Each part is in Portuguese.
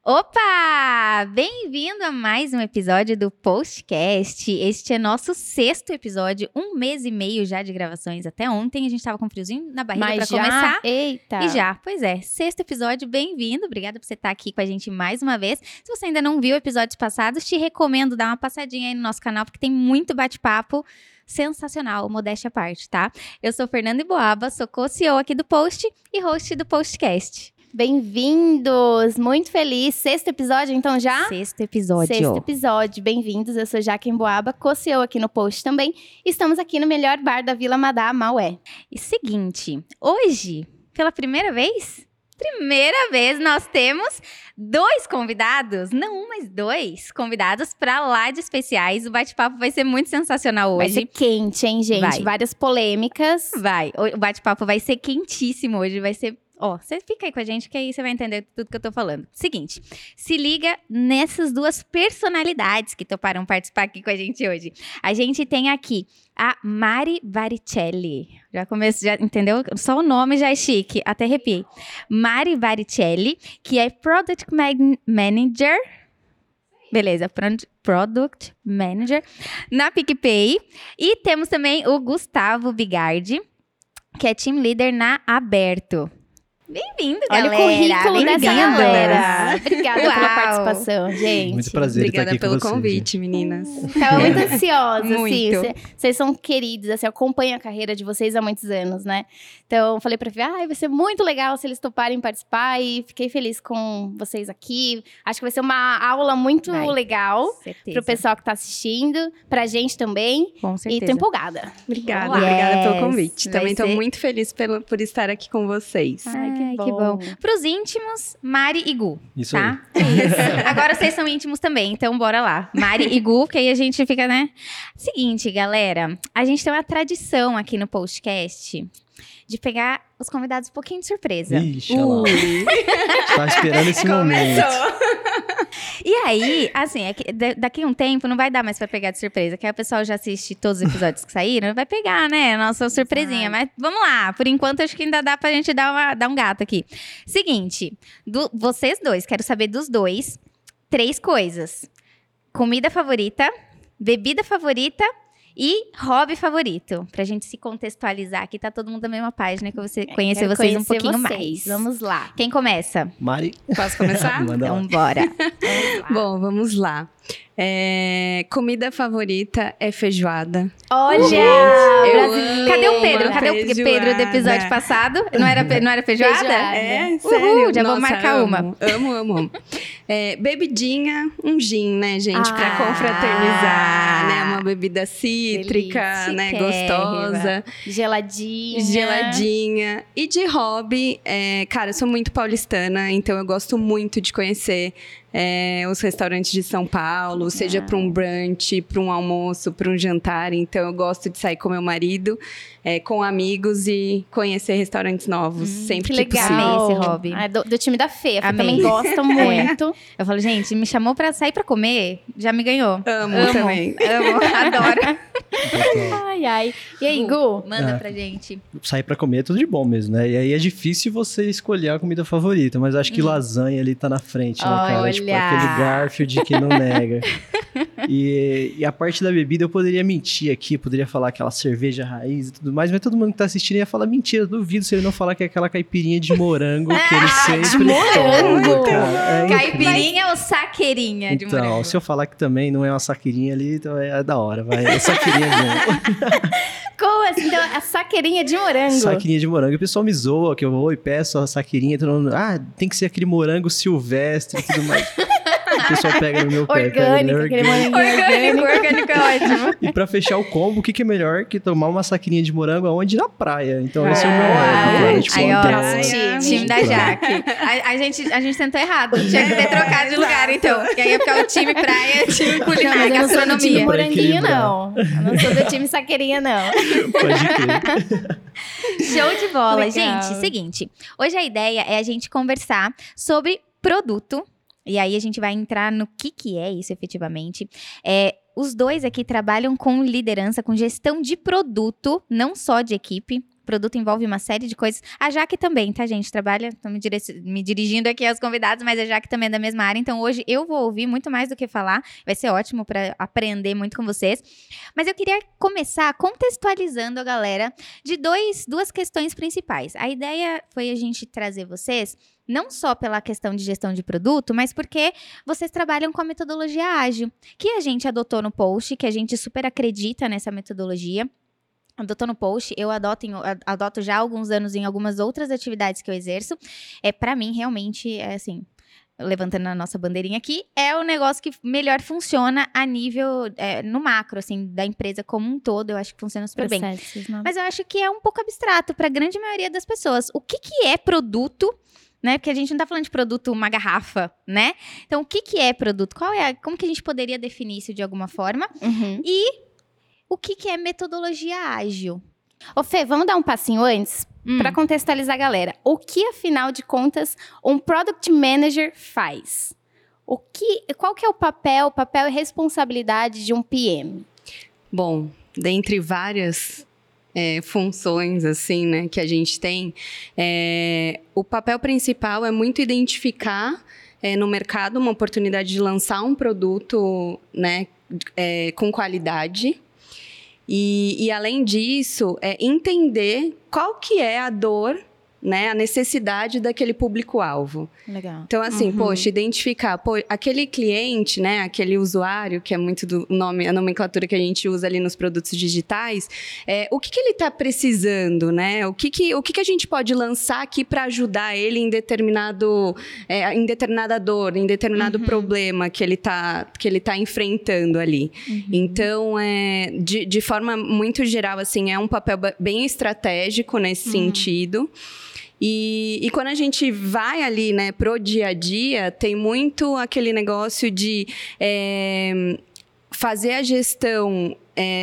Opa! Bem-vindo a mais um episódio do Postcast. Este é nosso 6º episódio, 1 mês e meio já de gravações. Até ontem a gente tava com um friozinho na barriga pra começar. Eita! E já, pois é, 6º episódio, bem-vindo. Obrigada por você estar aqui com a gente mais uma vez. Se você ainda não viu episódios passados, te recomendo dar uma passadinha aí no nosso canal, porque tem muito bate-papo sensacional, modéstia à parte, tá? Eu sou Fernanda Iboaba, sou co-CEO aqui do Post e host do Postcast. Bem-vindos! Muito feliz. 6º episódio, então já? 6º episódio. 6º episódio. Bem-vindos. Eu sou Jaque Emboaba, co-CEO aqui no Post também. Estamos aqui no melhor bar da Vila Madá, Maué. E seguinte, hoje, pela primeira vez, nós temos 2 convidados, não um, mas 2 convidados pra lá de especiais. O bate-papo vai ser muito sensacional hoje. Vai ser quente, hein, gente? Vai. Várias polêmicas. Vai, o bate-papo vai ser quentíssimo hoje, vai ser... Ó, você fica aí com a gente que aí você vai entender tudo que eu tô falando. Seguinte, se liga nessas 2 personalidades que toparam participar aqui com a gente hoje. A gente tem aqui a Mari Varicelli. Já entendeu? Só o nome já é chique, até arrepiei. Mari Varicelli, que é Product Manager... Beleza, Product Manager na PicPay. E temos também o Gustavo Bigardi, que é Team Leader na Aberto. Bem-vindo, galera! Olha o currículo dessa galera! Obrigada Uau. pela participação, gente. Muito prazer estar aqui com Obrigada você, pelo convite, meninas. Tava muito ansiosa, Muito. assim. Vocês são queridos, assim, eu acompanho a carreira de vocês há muitos anos, né? Então, falei pra Fê, vai ser muito legal se eles toparem participar e fiquei feliz com vocês aqui. Acho que vai ser uma aula muito legal Certeza. pro pessoal que tá assistindo, pra gente também. Com certeza. E tô empolgada. Obrigada, Uau. obrigada pelo Yes, convite. vai Também estou ser- muito feliz por estar aqui com vocês. Ai, que que bom. bom. Pros íntimos, Mari e Gu, Isso tá? Isso. Agora vocês são íntimos também, então bora lá. Mari e Gu, porque aí a gente fica, né? Seguinte, galera, a gente tem uma tradição aqui no podcast de pegar os convidados um pouquinho de surpresa. Ixi, olha lá. Tava esperando esse momento. E aí, assim, é que daqui a um tempo não vai dar mais pra pegar de surpresa, que aí o pessoal já assiste todos os episódios que saíram, vai pegar, né, nossa surpresinha. Mas vamos lá, por enquanto acho que ainda dá pra gente dar um gato aqui. Seguinte, vocês 2, quero saber dos 2, 3 coisas. Comida favorita, bebida favorita e hobby favorito. Pra gente se contextualizar aqui, tá todo mundo na mesma página, que eu conhecer Quero vocês um conhecer pouquinho vocês. mais. Vamos lá. Quem começa? Mari, Posso começar? manda lá. Então bora. Bom, vamos lá. Comida favorita é feijoada. Olha! Eu brasileiro. Cadê o Pedro? amo Cadê o Pedro do episódio feijoada. passado? Não era feijoada? Feijoada. É, Uhul, sério? já vou Nossa, marcar amo, uma. Amo. Bebidinha, um gin, né, gente? Pra Ah. confraternizar, né? Uma bebida cítrica, Delícia. né? Chiquérrima. Gostosa. Geladinha. Geladinha. E de hobby, cara, eu sou muito paulistana, então eu gosto muito de conhecer os restaurantes de São Paulo, seja para um brunch, para um almoço, para um jantar. Então eu gosto de sair com meu marido, com amigos e conhecer restaurantes novos, sempre Que que legal. possível. Amei esse hobby. Ah, do time da Fê. A Fê Amei. também gosta muito. Eu falo, gente, me chamou pra sair pra comer, já me ganhou. Amo também. Amo, adoro. Ai, ai. E aí, Gu? Manda pra gente. Sair pra comer é tudo de bom mesmo, né? E aí é difícil você escolher a comida favorita, mas acho que lasanha ali tá na frente, né, cara? Tipo, Olha! aquele Garfield que não nega. E a parte da bebida eu poderia mentir aqui, poderia falar aquela cerveja raiz e tudo mais, mas todo mundo que tá assistindo ia falar mentira, duvido se ele não falar que é aquela caipirinha de morango que ele sempre morango! toma, cara. Caipirinha ou saqueirinha de Então, morango? se eu falar que também não é uma saqueirinha ali, então é da hora, vai. É saqueirinha de morango. Como assim? Então, a saqueirinha de morango. Saqueirinha de morango. E o pessoal me zoa, que eu vou e peço a saqueirinha, todo mundo, tem que ser aquele morango silvestre e tudo mais. O pessoal pega no meu pé. Orgânico, aquele moranguinho Orgânico é ótimo. E pra fechar o combo, o que é melhor que tomar uma saqueirinha de morango aonde? Na praia. Então esse é o meu Uau. hobby, cara. Tipo, Aí, ó, praia. time da Jaque. A gente tentou errado. Tinha que ter trocado de lugar, então. E aí ia ficar o time praia, time Não, culinária, mas eu não sou do time gastronomia. Pra moranguinho, equilibrar. não. Eu não sou do time saqueirinha, não. Pode crer. Show de bola. Legal. Gente, seguinte. Hoje a ideia é a gente conversar sobre produto. E aí a gente vai entrar no que é isso efetivamente. Os 2 aqui trabalham com liderança, com gestão de produto, não só de equipe. produto envolve uma série de coisas. A Jaque também, tá, gente? Trabalha, tô me dirigindo aqui aos convidados, mas a Jaque também é da mesma área, então hoje eu vou ouvir muito mais do que falar. Vai ser ótimo para aprender muito com vocês. Mas eu queria começar contextualizando a galera de duas questões principais. A ideia foi a gente trazer vocês não só pela questão de gestão de produto, mas porque vocês trabalham com a metodologia ágil, que a gente adotou no post, que a gente super acredita nessa metodologia. Adotou no post, eu adoto já há alguns anos em algumas outras atividades que eu exerço. Para mim, realmente, assim, levantando a nossa bandeirinha aqui, é o negócio que melhor funciona a nível, no macro, assim, da empresa como um todo. Eu acho que funciona super bem. Mas eu acho que é um pouco abstrato para a grande maioria das pessoas. O que é produto? Né? Porque a gente não tá falando de produto, uma garrafa, né? Então, o que é produto? Como que a gente poderia definir isso de alguma forma? E o que é metodologia ágil? Ô Fê, vamos dar um passinho antes para contextualizar a galera. O que, afinal de contas, um Product Manager faz? Qual que é o papel e responsabilidade de um PM? Bom, dentre várias funções, assim, né, que a gente tem, o papel principal é muito identificar no mercado uma oportunidade de lançar um produto, né, com qualidade. E além disso, entender qual que é a dor, né, a necessidade daquele público-alvo. Legal. Então, assim, poxa, identificar, aquele cliente, né, aquele usuário, que é muito do nome, a nomenclatura que a gente usa ali nos produtos digitais, o que ele está precisando, né? O que a gente pode lançar aqui para ajudar ele em determinada dor, em determinado problema que ele tá enfrentando ali. Então, de forma muito geral, assim, é um papel bem estratégico nesse sentido. E quando a gente vai ali, né, pro dia a dia, tem muito aquele negócio de fazer a gestão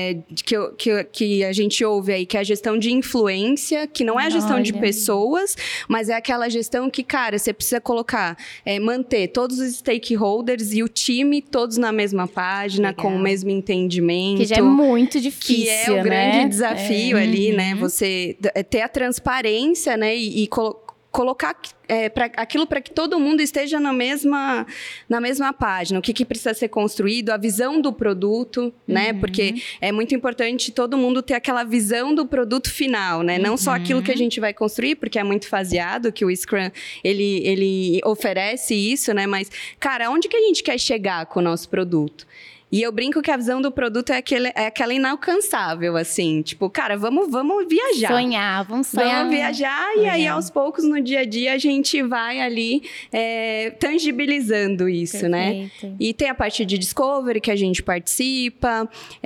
que a gente ouve aí, que é a gestão de influência, que não é a gestão de pessoas, mas é aquela gestão que, cara, você precisa colocar, manter todos os stakeholders e o time todos na mesma página, Legal. com o mesmo entendimento. Que já é muito difícil, que é o grande né? desafio ali, né? Você ter a transparência, né? E colocar aquilo para que todo mundo esteja na mesma página. O que precisa ser construído, a visão do produto, né? Porque é muito importante todo mundo ter aquela visão do produto final, né? Não só aquilo que a gente vai construir, porque é muito faseado, que o Scrum, ele oferece isso, né? Mas, cara, onde que a gente quer chegar com o nosso produto? E eu brinco que a visão do produto é aquela inalcançável, assim. Tipo, cara, vamos viajar. Vamos sonhar. Vamos viajar e aí, aos poucos, no dia a dia, a gente vai ali tangibilizando isso, Perfeito. né? E tem a parte de discovery que a gente participa,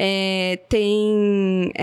tem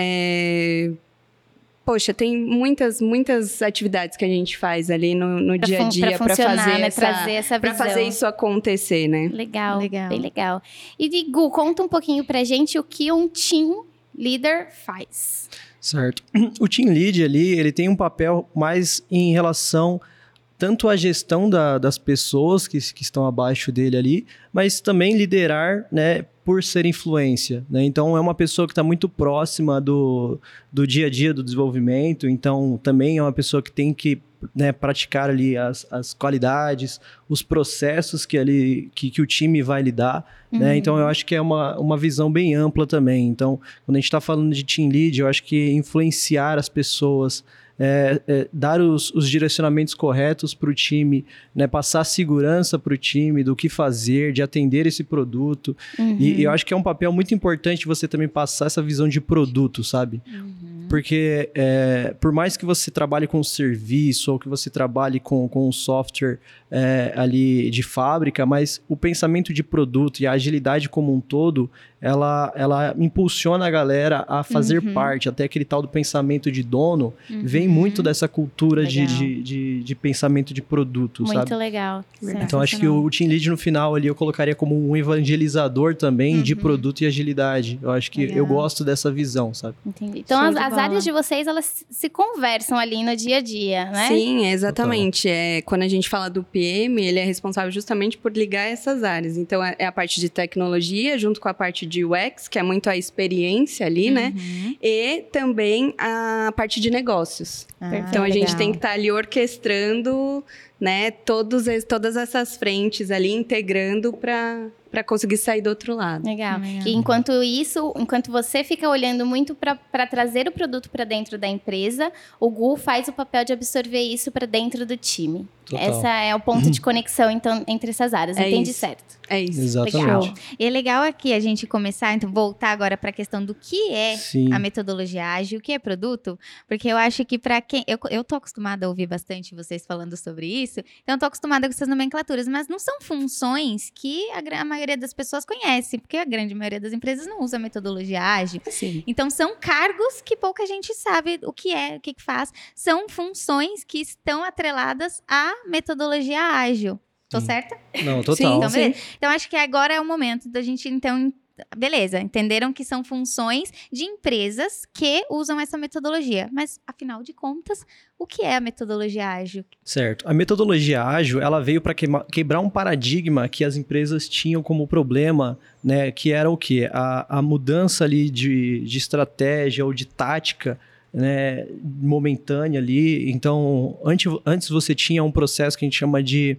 muitas atividades que a gente faz ali no dia a dia para fazer isso acontecer, né? Legal, bem legal. E Gu, conta um pouquinho pra gente o que um team leader faz. Certo. O team lead ali, ele tem um papel mais em relação tanto à gestão das pessoas que estão abaixo dele ali, mas também liderar, né, por ser influência, né? Então, é uma pessoa que está muito próxima do dia a dia do desenvolvimento, então também é uma pessoa que tem que, né, praticar ali as qualidades, os processos que o time vai lidar, né? Então, eu acho que é uma visão bem ampla também. Então, quando a gente está falando de team lead, eu acho que influenciar as pessoas, dar os direcionamentos corretos para o time, né, passar segurança para o time do que fazer, de atender esse produto. E eu acho que é um papel muito importante você também passar essa visão de produto, sabe? Porque por mais que você trabalhe com serviço ou que você trabalhe com um software ali de fábrica, mas o pensamento de produto e a agilidade como um todo, ela impulsiona a galera a fazer parte. Até aquele tal do pensamento de dono vem muito dessa cultura de pensamento de produto, muito sabe? Muito legal. Então, acho que o Team Lead no final ali eu colocaria como um evangelizador também de produto e agilidade. Eu acho que eu gosto dessa visão, sabe? Entendi. Então, as áreas de vocês, elas se conversam ali no dia a dia, né? Sim, exatamente. Quando a gente fala do PM, ele é responsável justamente por ligar essas áreas. Então, é a parte de tecnologia, junto com a parte de UX, que é muito a experiência ali, né? E também a parte de negócios. Então, a gente tem que estar ali orquestrando, né, todas essas frentes ali, integrando para conseguir sair do outro lado. Legal. E enquanto você fica olhando muito para trazer o produto para dentro da empresa, o Gu faz o papel de absorver isso para dentro do time. Total. Essa é o ponto de conexão, então, entre essas áreas. Entendi certo. É isso. Exatamente. Legal. E é legal aqui a gente começar, então, voltar agora para a questão do que é a metodologia ágil, o que é produto, porque eu acho que para quem... Eu tô acostumada a ouvir bastante vocês falando sobre isso, então eu tô acostumada com essas nomenclaturas, mas não são funções que a maioria das pessoas conhece, porque a grande maioria das empresas não usa metodologia ágil. Sim. Então, são cargos que pouca gente sabe o que é, o que faz. São funções que estão atreladas à metodologia ágil. Tô certa? Não, total. Sim, Então, beleza. Então, acho que agora é o momento da gente, então... Beleza, entenderam que são funções de empresas que usam essa metodologia. Mas, afinal de contas, o que é a metodologia ágil? Certo. A metodologia ágil, ela veio para quebrar um paradigma que as empresas tinham como problema, né? Que era o quê? A mudança ali de estratégia ou de tática, né, momentânea ali. Então, antes você tinha um processo que a gente chama de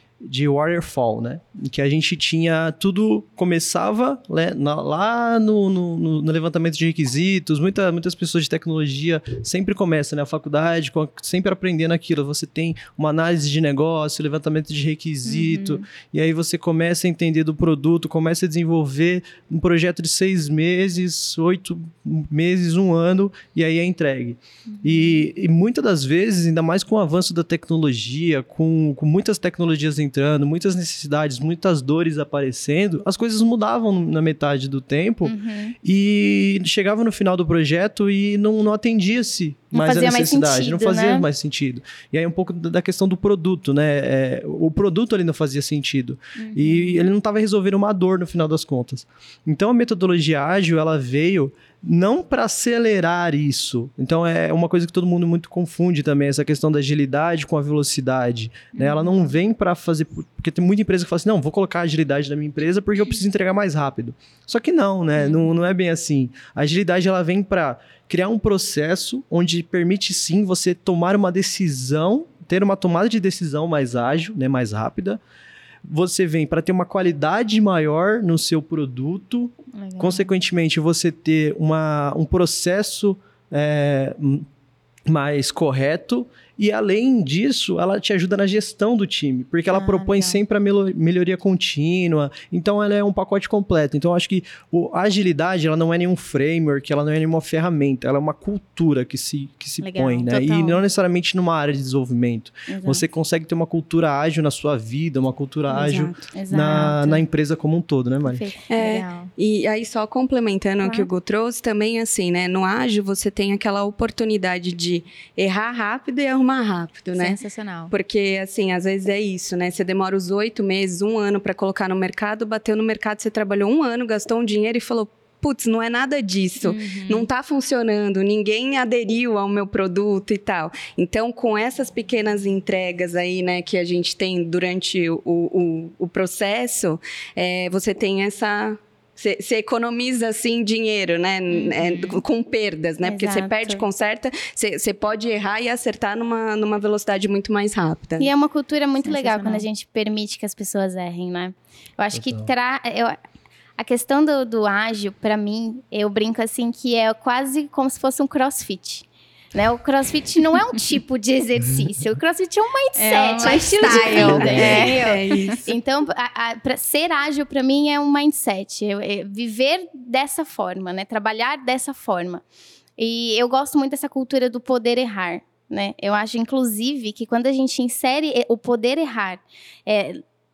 waterfall, né? Em que a gente tinha tudo, começava, né, lá no levantamento de requisitos, muitas pessoas de tecnologia sempre começam, né? A faculdade, sempre aprendendo aquilo. Você tem uma análise de negócio, levantamento de requisito, e aí você começa a entender do produto, começa a desenvolver um projeto de 6 meses, 8 meses, 1 ano, e aí é entregue. E muitas das vezes, ainda mais com o avanço da tecnologia, com muitas tecnologias entrando, muitas necessidades, muitas dores aparecendo, as coisas mudavam na metade do tempo e chegava no final do projeto e não atendia-se mais a necessidade, não fazia mais sentido. E aí um pouco da questão do produto, né? O produto ali não fazia sentido. E ele não estava resolvendo uma dor no final das contas. Então a metodologia ágil, ela veio não para acelerar isso. Então é uma coisa que todo mundo muito confunde também, essa questão da agilidade com a velocidade, né? Ela não vem para fazer... Porque tem muita empresa que fala assim, não, vou colocar a agilidade na minha empresa porque eu preciso entregar mais rápido. Só que não, né? Não é bem assim. A agilidade, ela vem para criar um processo onde permite sim você tomar uma decisão, ter uma tomada de decisão mais ágil, né, mais rápida. Você vem para ter uma qualidade maior no seu produto. Legal. Consequentemente, você ter um processo mais correto. E, além disso, ela te ajuda na gestão do time, porque ela propõe sempre a melhoria contínua. Então, ela é um pacote completo. Então, eu acho que a agilidade, ela não é nenhum framework, ela não é nenhuma ferramenta, ela é uma cultura que se põe, né? E não necessariamente numa área de desenvolvimento. Exato. Você consegue ter uma cultura ágil na sua vida, uma cultura ágil na empresa como um todo, né, Mari? Legal. E aí, só complementando o que o Gu trouxe, também assim, né? No ágil, você tem aquela oportunidade de errar rápido e arrumar rápido, né? Sensacional. Porque, assim, às vezes é isso, né? Você demora os 8 meses, 1 ano para colocar no mercado, bateu no mercado, você trabalhou 1 ano, gastou um dinheiro e falou, putz, não é nada disso, não tá funcionando, ninguém aderiu ao meu produto e tal. Então, com essas pequenas entregas aí, né, que a gente tem durante o processo, você tem essa... Você economiza, assim, dinheiro, né? Com perdas, né? Porque você perde, conserta, você pode errar e acertar numa velocidade muito mais rápida. E é uma cultura muito legal quando a gente permite que as pessoas errem, né? Eu acho que a questão do ágil, pra mim, eu brinco assim, que é quase como se fosse um crossfit. Né? O crossfit não é um tipo de exercício. O crossfit é um mindset, é um estilo de vida. É isso. Então, ser ágil para mim é um mindset. Viver dessa forma, né? Trabalhar dessa forma. E eu gosto muito dessa cultura do poder errar. Né? Eu acho, inclusive, que quando a gente insere o poder errar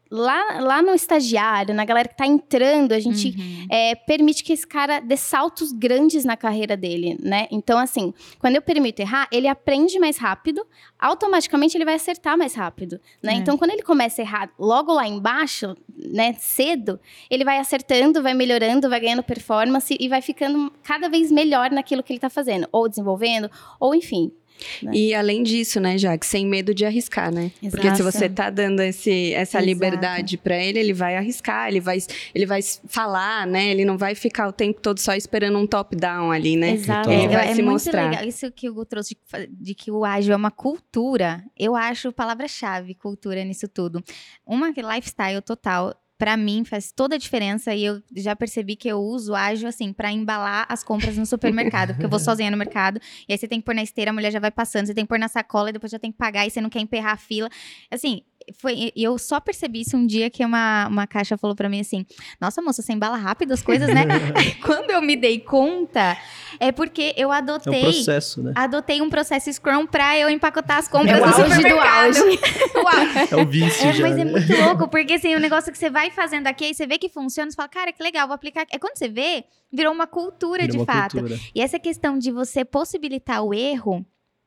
lá no estagiário, na galera que tá entrando, a gente permite que esse cara dê saltos grandes na carreira dele, né? Então, assim, quando eu permito errar, ele aprende mais rápido, automaticamente ele vai acertar mais rápido, né? Então, quando ele começa a errar logo lá embaixo, né, cedo, ele vai acertando, vai melhorando, vai ganhando performance e vai ficando cada vez melhor naquilo que ele tá fazendo, ou desenvolvendo, ou enfim. Né? E além disso, né, Jaque, sem medo de arriscar, né? Exato. Porque se você tá dando essa liberdade pra ele, ele vai arriscar, ele vai falar, né? Ele não vai ficar o tempo todo só esperando um top-down ali, né? Exato. Ele vai se muito mostrar. legal. Isso que o Hugo trouxe de que o ágil é uma cultura, eu acho palavra-chave, cultura nisso tudo. Uma lifestyle total. Pra mim, faz toda a diferença e eu já percebi que eu uso ágil, assim, pra embalar as compras no supermercado. Porque eu vou sozinha no mercado, e aí você tem que pôr na esteira, a mulher já vai passando, você tem que pôr na sacola, e depois já tem que pagar, e você não quer emperrar a fila. Assim, e eu só percebi isso um dia que uma caixa falou pra mim assim, nossa, moça, você embala rápido as coisas, né? Quando eu me dei conta, é porque eu adotei... É um processo, né? Adotei um processo Scrum pra eu empacotar as compras É o no auge do supermercado. auge. É o vício já, Mas né? é muito louco, porque assim, o negócio que você vai fazendo aqui, aí você vê que funciona, você fala, cara, que legal, vou aplicar. É quando você vê, virou uma cultura Vira de uma fato. cultura. E essa questão de você possibilitar o erro,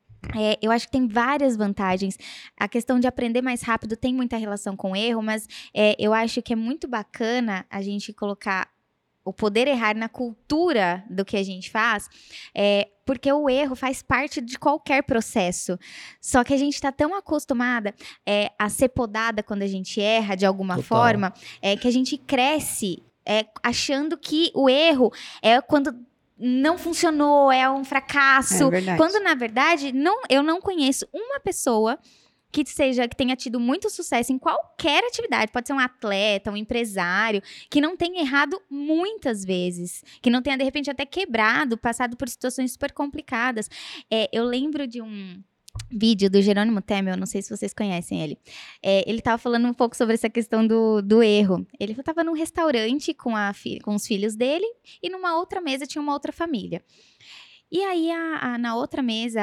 eu acho que tem várias vantagens. A questão de aprender mais rápido tem muita relação com o erro, mas eu acho que é muito bacana a gente colocar o poder errar na cultura do que a gente faz, porque o erro faz parte de qualquer processo. Só que a gente está tão acostumada a ser podada quando a gente erra de alguma Total. forma, que a gente cresce achando que o erro é quando não funcionou, é um fracasso. É verdade. Quando, na verdade, eu não conheço uma pessoa que tenha tido muito sucesso em qualquer atividade, pode ser um atleta, um empresário, que não tenha errado muitas vezes, que não tenha, de repente, até quebrado, passado por situações super complicadas. Eu lembro de um vídeo do Jerônimo Temel, não sei se vocês conhecem ele. Ele estava falando um pouco sobre essa questão do erro. Ele estava num restaurante com os filhos dele e numa outra mesa tinha uma outra família. E aí, na outra mesa,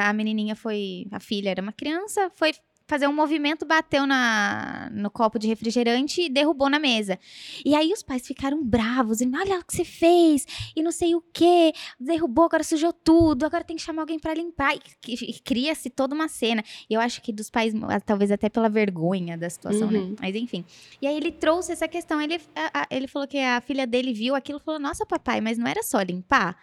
a filha era uma criança, foi fazer um movimento, bateu no copo de refrigerante e derrubou na mesa. E aí os pais ficaram bravos, dizendo, olha o que você fez, e não sei o quê, derrubou, agora sujou tudo, agora tem que chamar alguém pra limpar. E cria-se toda uma cena. E eu acho que dos pais, talvez até pela vergonha da situação, né? Mas enfim. E aí ele trouxe essa questão, ele falou que a filha dele viu aquilo e falou, nossa, papai, mas não era só limpar?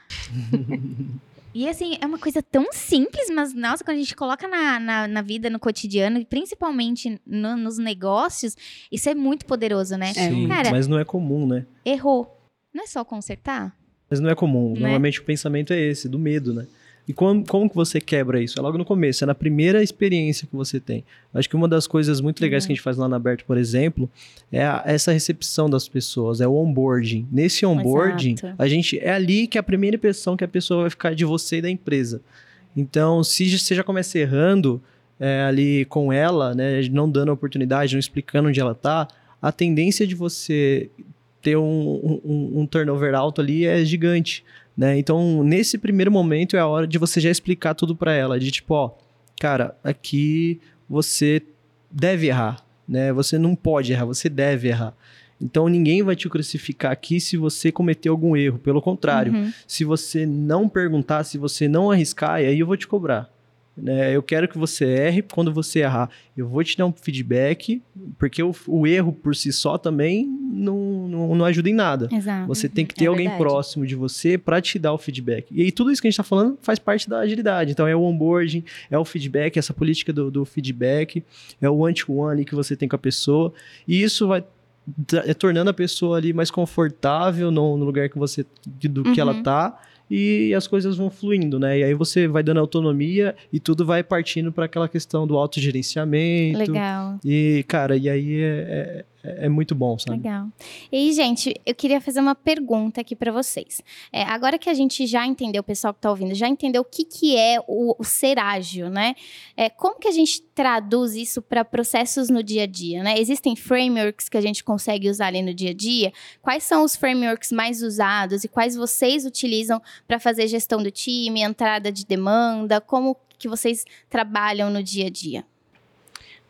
E assim, é uma coisa tão simples, mas nossa, quando a gente coloca na vida, no cotidiano, e principalmente nos negócios, isso é muito poderoso, né? Sim, Cara, mas não é comum, né? errou. Não é só consertar? Mas não é comum. Né? Normalmente o pensamento é esse, do medo, né? E como que você quebra isso? É logo no começo, é na primeira experiência que você tem. Acho que uma das coisas muito legais que a gente faz lá na Aberto, por exemplo, é essa recepção das pessoas, é o onboarding. Nesse onboarding, Exato. é ali que é a primeira impressão que a pessoa vai ficar de você e da empresa. Então, se você já começa errando ali com ela, né, não dando a oportunidade, não explicando onde ela tá, a tendência de você ter um turnover alto ali é gigante. Né? Então, nesse primeiro momento é a hora de você já explicar tudo para ela, de tipo, ó, cara, aqui você deve errar, né? Você não pode errar, você deve errar. Então, ninguém vai te crucificar aqui se você cometer algum erro. Pelo contrário, se você não perguntar, se você não arriscar, aí eu vou te cobrar. Né? Eu quero que você erre. Quando você errar, eu vou te dar um feedback, porque o erro por si só também não ajuda em nada. Exato. Você tem que ter alguém verdade. próximo de você para te dar o feedback. E aí tudo isso que a gente está falando faz parte da agilidade. Então é o onboarding, é o feedback, essa política do feedback, é o one-to-one ali que você tem com a pessoa. E isso vai tornando a pessoa ali mais confortável no lugar que que ela tá. E as coisas vão fluindo, né? E aí você vai dando autonomia e tudo vai partindo para aquela questão do autogerenciamento. Legal. E, cara, e aí é muito bom, sabe? Legal. E aí, gente, eu queria fazer uma pergunta aqui pra vocês. Agora que a gente já entendeu, o pessoal que tá ouvindo, já entendeu o que é o ser ágil, né? Como que a gente traduz isso para processos no dia a dia, né? Existem frameworks que a gente consegue usar ali no dia a dia? Quais são os frameworks mais usados e quais vocês utilizam para fazer gestão do time, entrada de demanda? Como que vocês trabalham no dia a dia?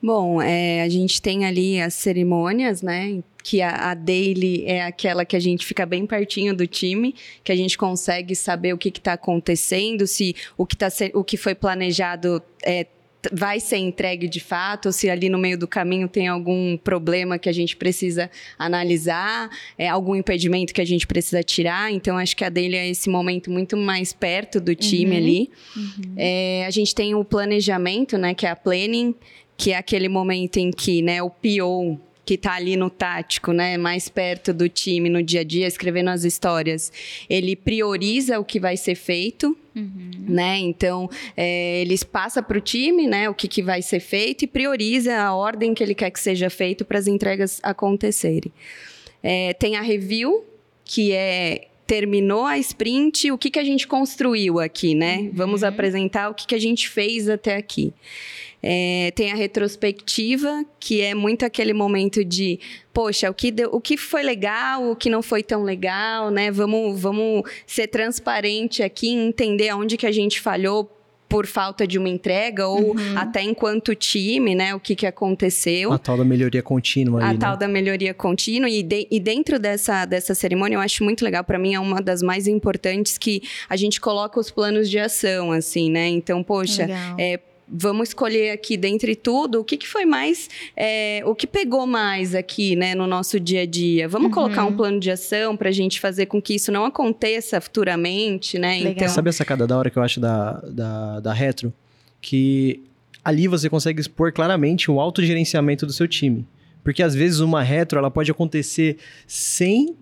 Bom, a gente tem ali as cerimônias, né? Que a daily é aquela que a gente fica bem pertinho do time, que a gente consegue saber o que está acontecendo, se o que foi planejado vai ser entregue de fato, ou se ali no meio do caminho tem algum problema que a gente precisa analisar, algum impedimento que a gente precisa tirar. Então, acho que a daily é esse momento muito mais perto do time ali. A gente tem o planejamento, né, que é a planning, que é aquele momento em que, né, o PO, que está ali no tático, né, mais perto do time no dia a dia, escrevendo as histórias, ele prioriza o que vai ser feito, né? Então, eles passa para o time, né, o que vai ser feito e prioriza a ordem que ele quer que seja feito para as entregas acontecerem. Tem a review, que terminou a sprint, o que a gente construiu aqui, né? Vamos apresentar o que a gente fez até aqui. Tem a retrospectiva, que é muito aquele momento de, poxa, o que foi legal, o que não foi tão legal, né? Vamos ser transparente aqui, entender aonde que a gente falhou por falta de uma entrega, ou até enquanto time, né? O que aconteceu. A tal da melhoria contínua aí, tal da melhoria contínua. E dentro dessa cerimônia, eu acho muito legal, para mim é uma das mais importantes, que a gente coloca os planos de ação, assim, né? Então, poxa, vamos escolher aqui, dentre tudo, o que foi mais, o que pegou mais aqui, né, no nosso dia a dia. Vamos colocar um plano de ação para a gente fazer com que isso não aconteça futuramente, né? Então... Sabe a sacada da hora que eu acho da retro? Que ali você consegue expor claramente o autogerenciamento do seu time. Porque, às vezes, uma retro ela pode acontecer sem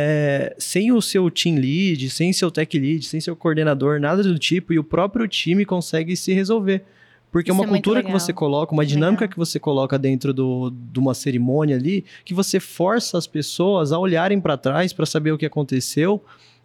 o seu team lead, sem seu tech lead, sem seu coordenador, nada do tipo, e o próprio time consegue se resolver. Porque Isso uma cultura que você coloca, uma dinâmica que você coloca dentro de uma cerimônia ali, que você força as pessoas a olharem para trás para saber o que aconteceu,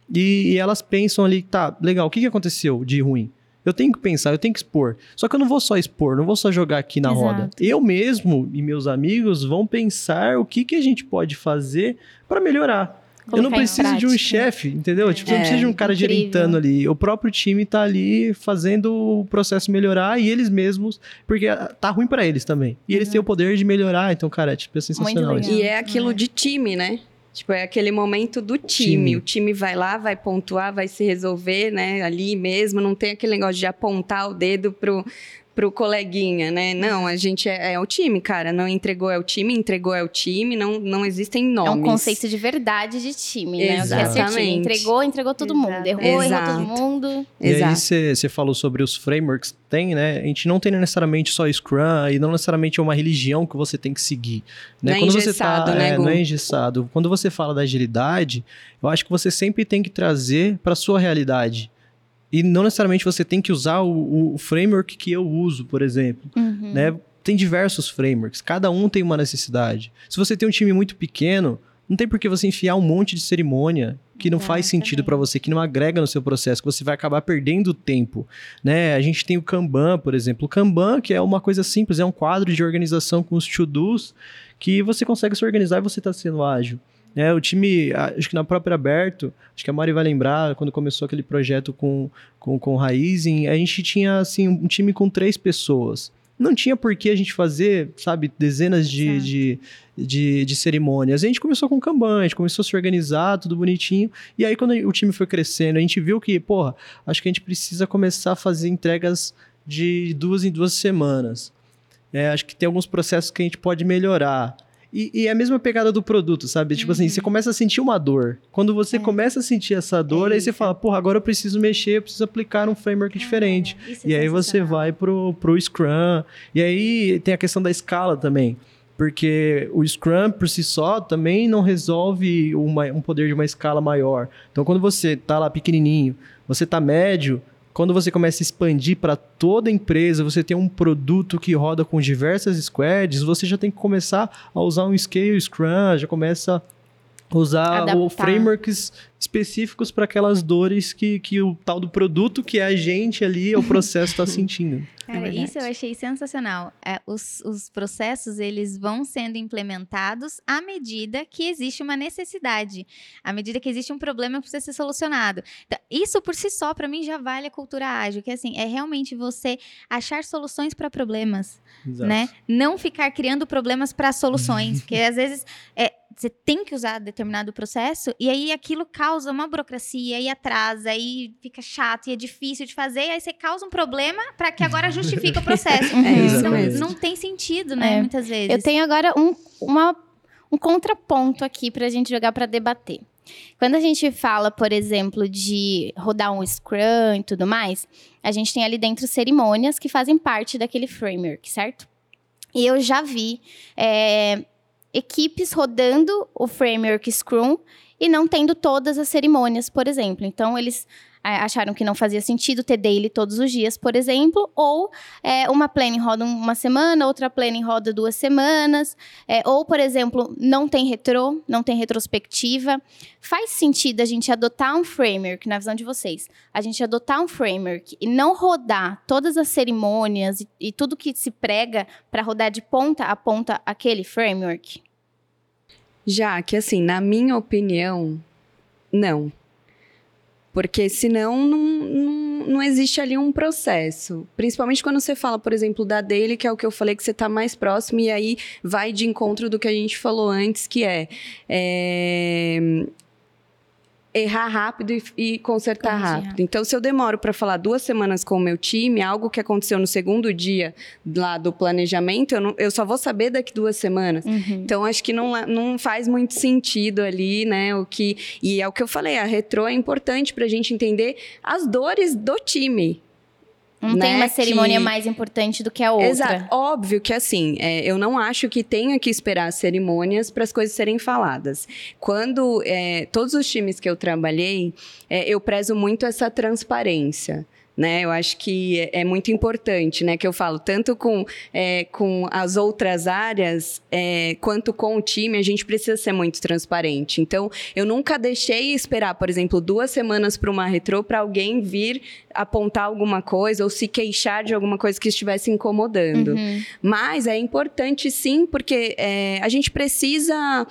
e elas pensam ali, tá, legal, o que aconteceu de ruim? Eu tenho que pensar, eu tenho que expor. Só que eu não vou só expor, não vou só jogar aqui na roda. Eu mesmo e meus amigos vão pensar o que a gente pode fazer para melhorar. Eu não preciso de um chefe, entendeu? Tipo, eu não preciso de um cara gerenciando ali. O próprio time tá ali fazendo o processo melhorar e eles mesmos, porque tá ruim pra eles também. E eles têm o poder de melhorar, então, cara, tipo, é sensacional isso. E é aquilo de time, né? Tipo, é aquele momento do time. O time vai lá, vai pontuar, vai se resolver, né? Ali mesmo, não tem aquele negócio de apontar o dedo pro coleguinha, né? Não, a gente é o time, cara. Não entregou é o time, entregou é o time. Não existem nomes. É um conceito de verdade de time, né? Exatamente. Entregou todo mundo. Errou todo mundo. E aí você falou sobre os frameworks que tem, né? A gente não tem necessariamente só Scrum e não necessariamente é uma religião que você tem que seguir. Né? Não é engessado, né, Gu? Não é engessado. Quando você fala da agilidade, eu acho que você sempre tem que trazer para sua realidade. E não necessariamente você tem que usar o framework que eu uso, por exemplo. Né? Tem diversos frameworks, cada um tem uma necessidade. Se você tem um time muito pequeno, não tem por que você enfiar um monte de cerimônia que não faz sentido para você, que não agrega no seu processo, que você vai acabar perdendo tempo. Né? A gente tem o Kanban, por exemplo. O Kanban, que é uma coisa simples, é um quadro de organização com os to-dos, que você consegue se organizar e você está sendo ágil. O time, acho que na própria Aberto, acho que a Mari vai lembrar, quando começou aquele projeto com o Raizen, a gente tinha assim, um time com 3 pessoas. Não tinha por que a gente fazer, sabe, dezenas de cerimônias. A gente começou com Kanban, a gente começou a se organizar, tudo bonitinho. E aí, quando o time foi crescendo, a gente viu que, acho que a gente precisa começar a fazer entregas de 2 em 2 semanas. Acho que tem alguns processos que a gente pode melhorar. E é a mesma pegada do produto, sabe? Tipo assim, você começa a sentir uma dor. Quando você começa a sentir essa dor, aí você fala, agora eu preciso mexer, eu preciso aplicar um framework diferente. E aí você vai pro Scrum. E aí tem a questão da escala também. Porque o Scrum, por si só, também não resolve um poder de uma escala maior. Então, quando você tá lá pequenininho, você tá médio, quando você começa a expandir para toda a empresa, você tem um produto que roda com diversas squads, você já tem que começar a usar um Scale Scrum, já começa a usar frameworks específicos para aquelas dores que o tal do produto que é a gente ali, o processo está sentindo. Cara, isso eu achei sensacional. Os processos, eles vão sendo implementados à medida que existe uma necessidade, à medida que existe um problema que precisa ser solucionado. Então, isso por si só, para mim, já vale a cultura ágil, que assim, é realmente você achar soluções para problemas, Exato. né? Não ficar criando problemas para soluções, porque às vezes você tem que usar determinado processo e aí aquilo causa uma burocracia e atrasa, aí fica chato e é difícil de fazer, e aí você causa um problema para que agora justifica o processo. isso Então, mesmo. não tem sentido, né? Muitas vezes. Eu tenho agora um contraponto aqui pra gente jogar pra debater. Quando a gente fala, por exemplo, de rodar um Scrum e tudo mais, a gente tem ali dentro cerimônias que fazem parte daquele framework, certo? E eu já vi equipes rodando o framework Scrum e não tendo todas as cerimônias, por exemplo. Então, eles acharam que não fazia sentido ter daily todos os dias, por exemplo, ou uma planning roda uma semana, outra planning roda 2 semanas, ou, por exemplo, não tem retrô, não tem retrospectiva. Faz sentido a gente adotar um framework, na visão de vocês, a gente adotar um framework e não rodar todas as cerimônias e tudo que se prega para rodar de ponta a ponta aquele framework? Já que, assim, na minha opinião, não. Porque senão não existe ali um processo. Principalmente quando você fala, por exemplo, da daily, que é o que eu falei, que você está mais próximo, e aí vai de encontro do que a gente falou antes, que errar rápido e consertar rápido. Então, se eu demoro para falar 2 semanas com o meu time, algo que aconteceu no segundo dia lá do planejamento, eu só vou saber daqui 2 semanas. Então, acho que não faz muito sentido ali, né? E é o que eu falei, a retrô é importante para a gente entender as dores do time. Não tem uma cerimônia mais importante do que a outra. Exato. Óbvio que, assim, eu não acho que tenha que esperar as cerimônias para as coisas serem faladas. Quando todos os times que eu trabalhei, eu prezo muito essa transparência. Né? Eu acho que é muito importante, né? Que eu falo, tanto com as outras áreas, quanto com o time, a gente precisa ser muito transparente. Então, eu nunca deixei esperar, por exemplo, 2 semanas para uma retrô para alguém vir apontar alguma coisa ou se queixar de alguma coisa que estivesse incomodando. Mas é importante, sim, porque a gente precisa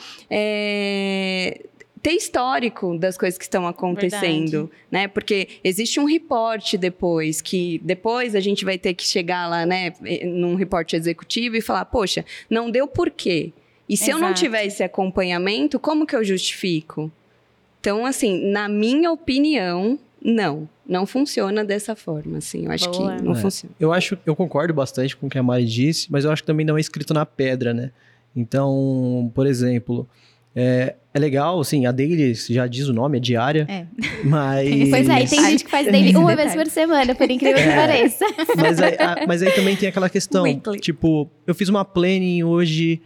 ter histórico das coisas que estão acontecendo, né? Porque existe um reporte depois, que depois a gente vai ter que chegar lá, né, num reporte executivo e falar, poxa, não deu por quê? E se eu não tiver esse acompanhamento, como que eu justifico? Então, assim, na minha opinião, não funciona dessa forma, assim. Eu acho que não funciona. Eu concordo bastante com o que a Mari disse, mas eu acho que também não é escrito na pedra, né? Então, por exemplo, é legal, assim, a daily, já diz o nome, é diária, mas... Pois é, e tem gente que faz daily uma vez por semana, por incrível que pareça. Mas aí também tem aquela questão, tipo, eu fiz uma planning hoje,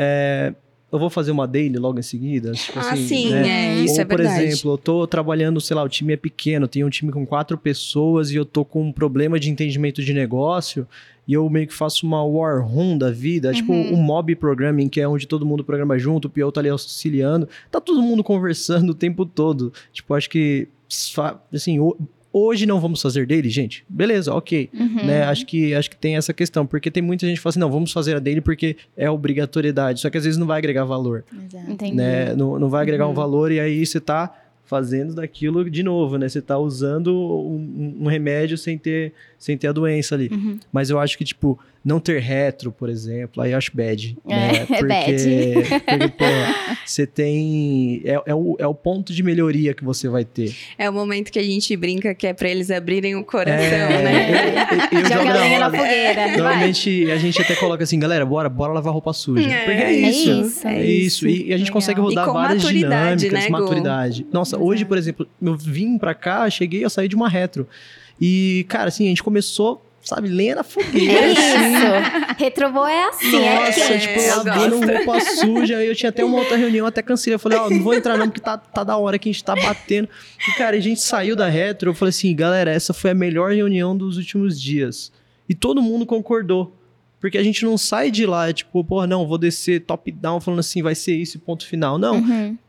eu vou fazer uma daily logo em seguida? Tipo assim, sim, né? Isso Ou, é verdade. por exemplo, eu tô trabalhando, sei lá, o time é pequeno, tem um time com 4 pessoas e eu tô com um problema de entendimento de negócio e eu meio que faço uma war room da vida, tipo um mob programming, que é onde todo mundo programa junto, o PO tá ali auxiliando, tá todo mundo conversando o tempo todo. Tipo, acho que, assim, hoje não vamos fazer daily, gente? Beleza, ok. Né? Acho que tem essa questão, porque tem muita gente que fala assim, não, vamos fazer a daily porque é obrigatoriedade, só que às vezes não vai agregar valor. Entendi. Né? Não vai agregar um valor e aí você tá fazendo daquilo de novo, né? Você tá usando um remédio sem ter a doença ali. Mas eu acho que, tipo, não ter retro, por exemplo, aí eu acho bad. Né? Porque, pô, você tem... É o ponto de melhoria que você vai ter. É o momento que a gente brinca que é pra eles abrirem o coração, né? Joga a lenha na fogueira. Normalmente, a gente até coloca assim, galera, bora lavar roupa suja. Porque é isso. É isso. E a gente consegue rodar várias dinâmicas, né, maturidade. Nossa, hoje, por exemplo, eu vim pra cá, eu saí de uma retro. E, cara, assim, a gente começou, sabe, lenha na fogueira. É isso. Retrobô é assim. Nossa, tipo, lavando roupa suja. Eu tinha até uma outra reunião, até cancelei. Eu falei, não vou entrar não, porque tá da hora que a gente tá batendo. E, cara, a gente saiu da retro. Eu falei assim, galera, essa foi a melhor reunião dos últimos dias. E todo mundo concordou. Porque a gente não sai de lá, tipo, não, vou descer top-down falando assim, vai ser isso, ponto final. Não.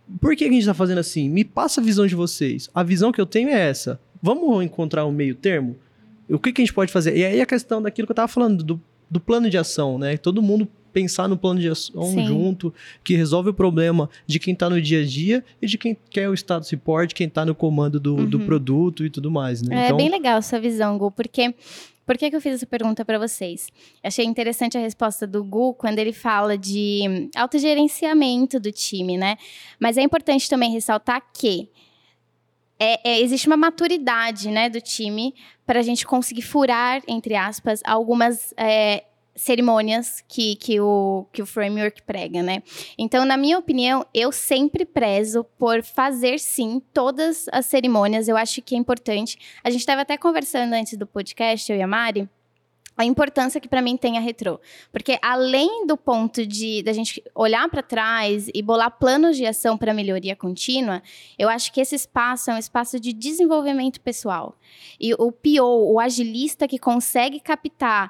Por que a gente tá fazendo assim? Me passa a visão de vocês. A visão que eu tenho é essa. Vamos encontrar um meio termo? O que a gente pode fazer? E aí a questão daquilo que eu tava falando, do plano de ação, né? Todo mundo pensar no plano de ação Sim. junto, que resolve o problema de quem tá no dia a dia e de quem quer o status report, quem tá no comando do produto e tudo mais, né? É bem legal essa visão, Gu, porque... Por que eu fiz essa pergunta para vocês? Achei interessante a resposta do Gu quando ele fala de autogerenciamento do time, né? Mas é importante também ressaltar que existe uma maturidade, né, do time para a gente conseguir furar, entre aspas, algumas cerimônias que o framework prega, né? Então, na minha opinião, eu sempre prezo por fazer, sim, todas as cerimônias. Eu acho que é importante. A gente estava até conversando antes do podcast, eu e a Mari, a importância que para mim tem a retrô. Porque além do ponto da gente olhar para trás e bolar planos de ação para melhoria contínua, eu acho que esse espaço é um espaço de desenvolvimento pessoal. E o PO, o agilista que consegue captar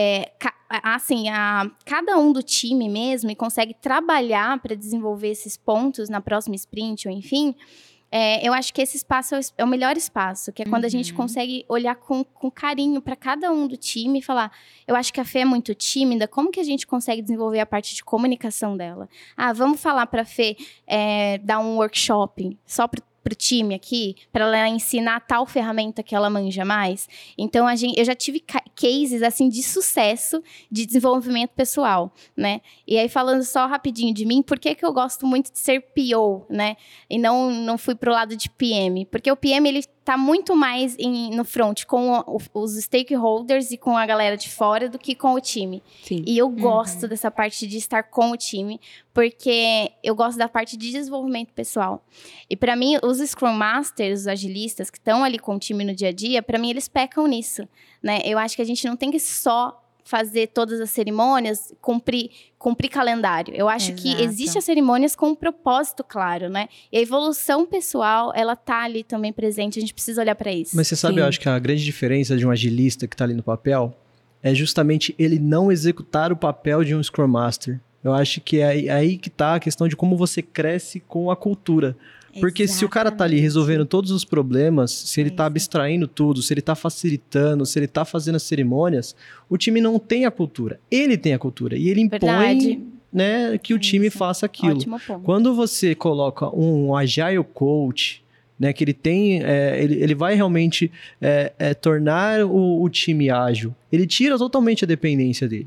cada um do time mesmo e consegue trabalhar para desenvolver esses pontos na próxima sprint ou enfim... eu acho que esse espaço é o melhor espaço, que é quando a gente consegue olhar com carinho para cada um do time e falar, eu acho que a Fê é muito tímida, como que a gente consegue desenvolver a parte de comunicação dela? Vamos falar para a Fê dar um workshop só para o time aqui, para ela ensinar tal ferramenta que ela manja mais. Então, eu já tive cases, assim, de sucesso de desenvolvimento pessoal, né? E aí, falando só rapidinho de mim, por que eu gosto muito de ser PO, né? E não fui pro lado de PM? Porque o PM, ele tá muito mais no front com os stakeholders e com a galera de fora do que com o time. Sim. E eu gosto dessa parte de estar com o time, porque eu gosto da parte de desenvolvimento pessoal. E para mim, os Scrum Masters, os agilistas que estão ali com o time no dia a dia, para mim eles pecam nisso, né? Eu acho que a gente não tem que só fazer todas as cerimônias, cumprir calendário. Eu acho que existem as cerimônias com um propósito claro, né? E a evolução pessoal, ela tá ali também presente, a gente precisa olhar para isso. Mas você sabe, eu acho que a grande diferença de um agilista que tá ali no papel é justamente ele não executar o papel de um Scrum Master. Eu acho que é aí que tá a questão de como você cresce com a cultura. Porque se o cara tá ali resolvendo todos os problemas, se ele tá abstraindo tudo, se ele tá facilitando, se ele tá fazendo as cerimônias, o time não tem a cultura. Ele tem a cultura. E ele impõe, né, que o time faça aquilo. Ótimo ponto. Quando você coloca um Agile Coach, né, que ele tem, ele vai realmente tornar o time ágil, ele tira totalmente a dependência dele.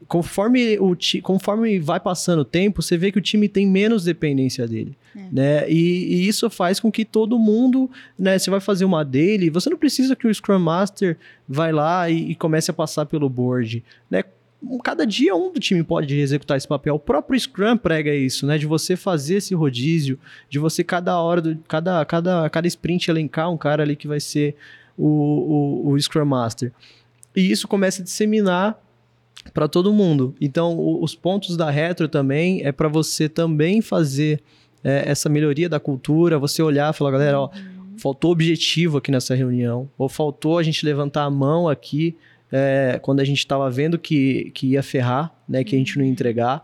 Conforme vai passando o tempo, você vê que o time tem menos dependência dele, né? E isso faz com que todo mundo, né? Você vai fazer uma daily, você não precisa que o Scrum Master vai lá e comece a passar pelo board, né? Cada dia um do time pode executar esse papel. O próprio Scrum prega isso, né? De você fazer esse rodízio, de você cada hora, cada sprint elencar um cara ali que vai ser o Scrum Master. E isso começa a disseminar para todo mundo. Então, os pontos da retro também é para você também fazer essa melhoria da cultura, você olhar e falar, galera, ó, faltou objetivo aqui nessa reunião, ou faltou a gente levantar a mão aqui quando a gente estava vendo que ia ferrar, né, que a gente não ia entregar.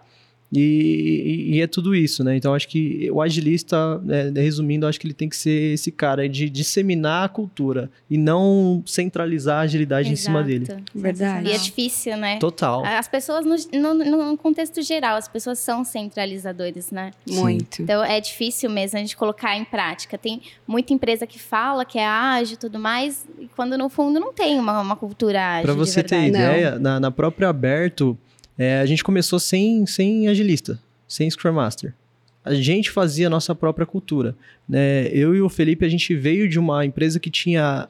E é tudo isso, né? Então, acho que o agilista, resumindo, acho que ele tem que ser esse cara de disseminar a cultura e não centralizar a agilidade em cima dele. Verdade. E é difícil, né? Total. As pessoas, no contexto geral, as pessoas são centralizadores, né? Muito. Então, é difícil mesmo a gente colocar em prática. Tem muita empresa que fala que é ágil e tudo mais, e quando no fundo não tem uma cultura ágil. Para você ter ideia, na própria Aberto, a gente começou sem agilista, sem Scrum Master. A gente fazia a nossa própria cultura, né? Eu e o Felipe, a gente veio de uma empresa que tinha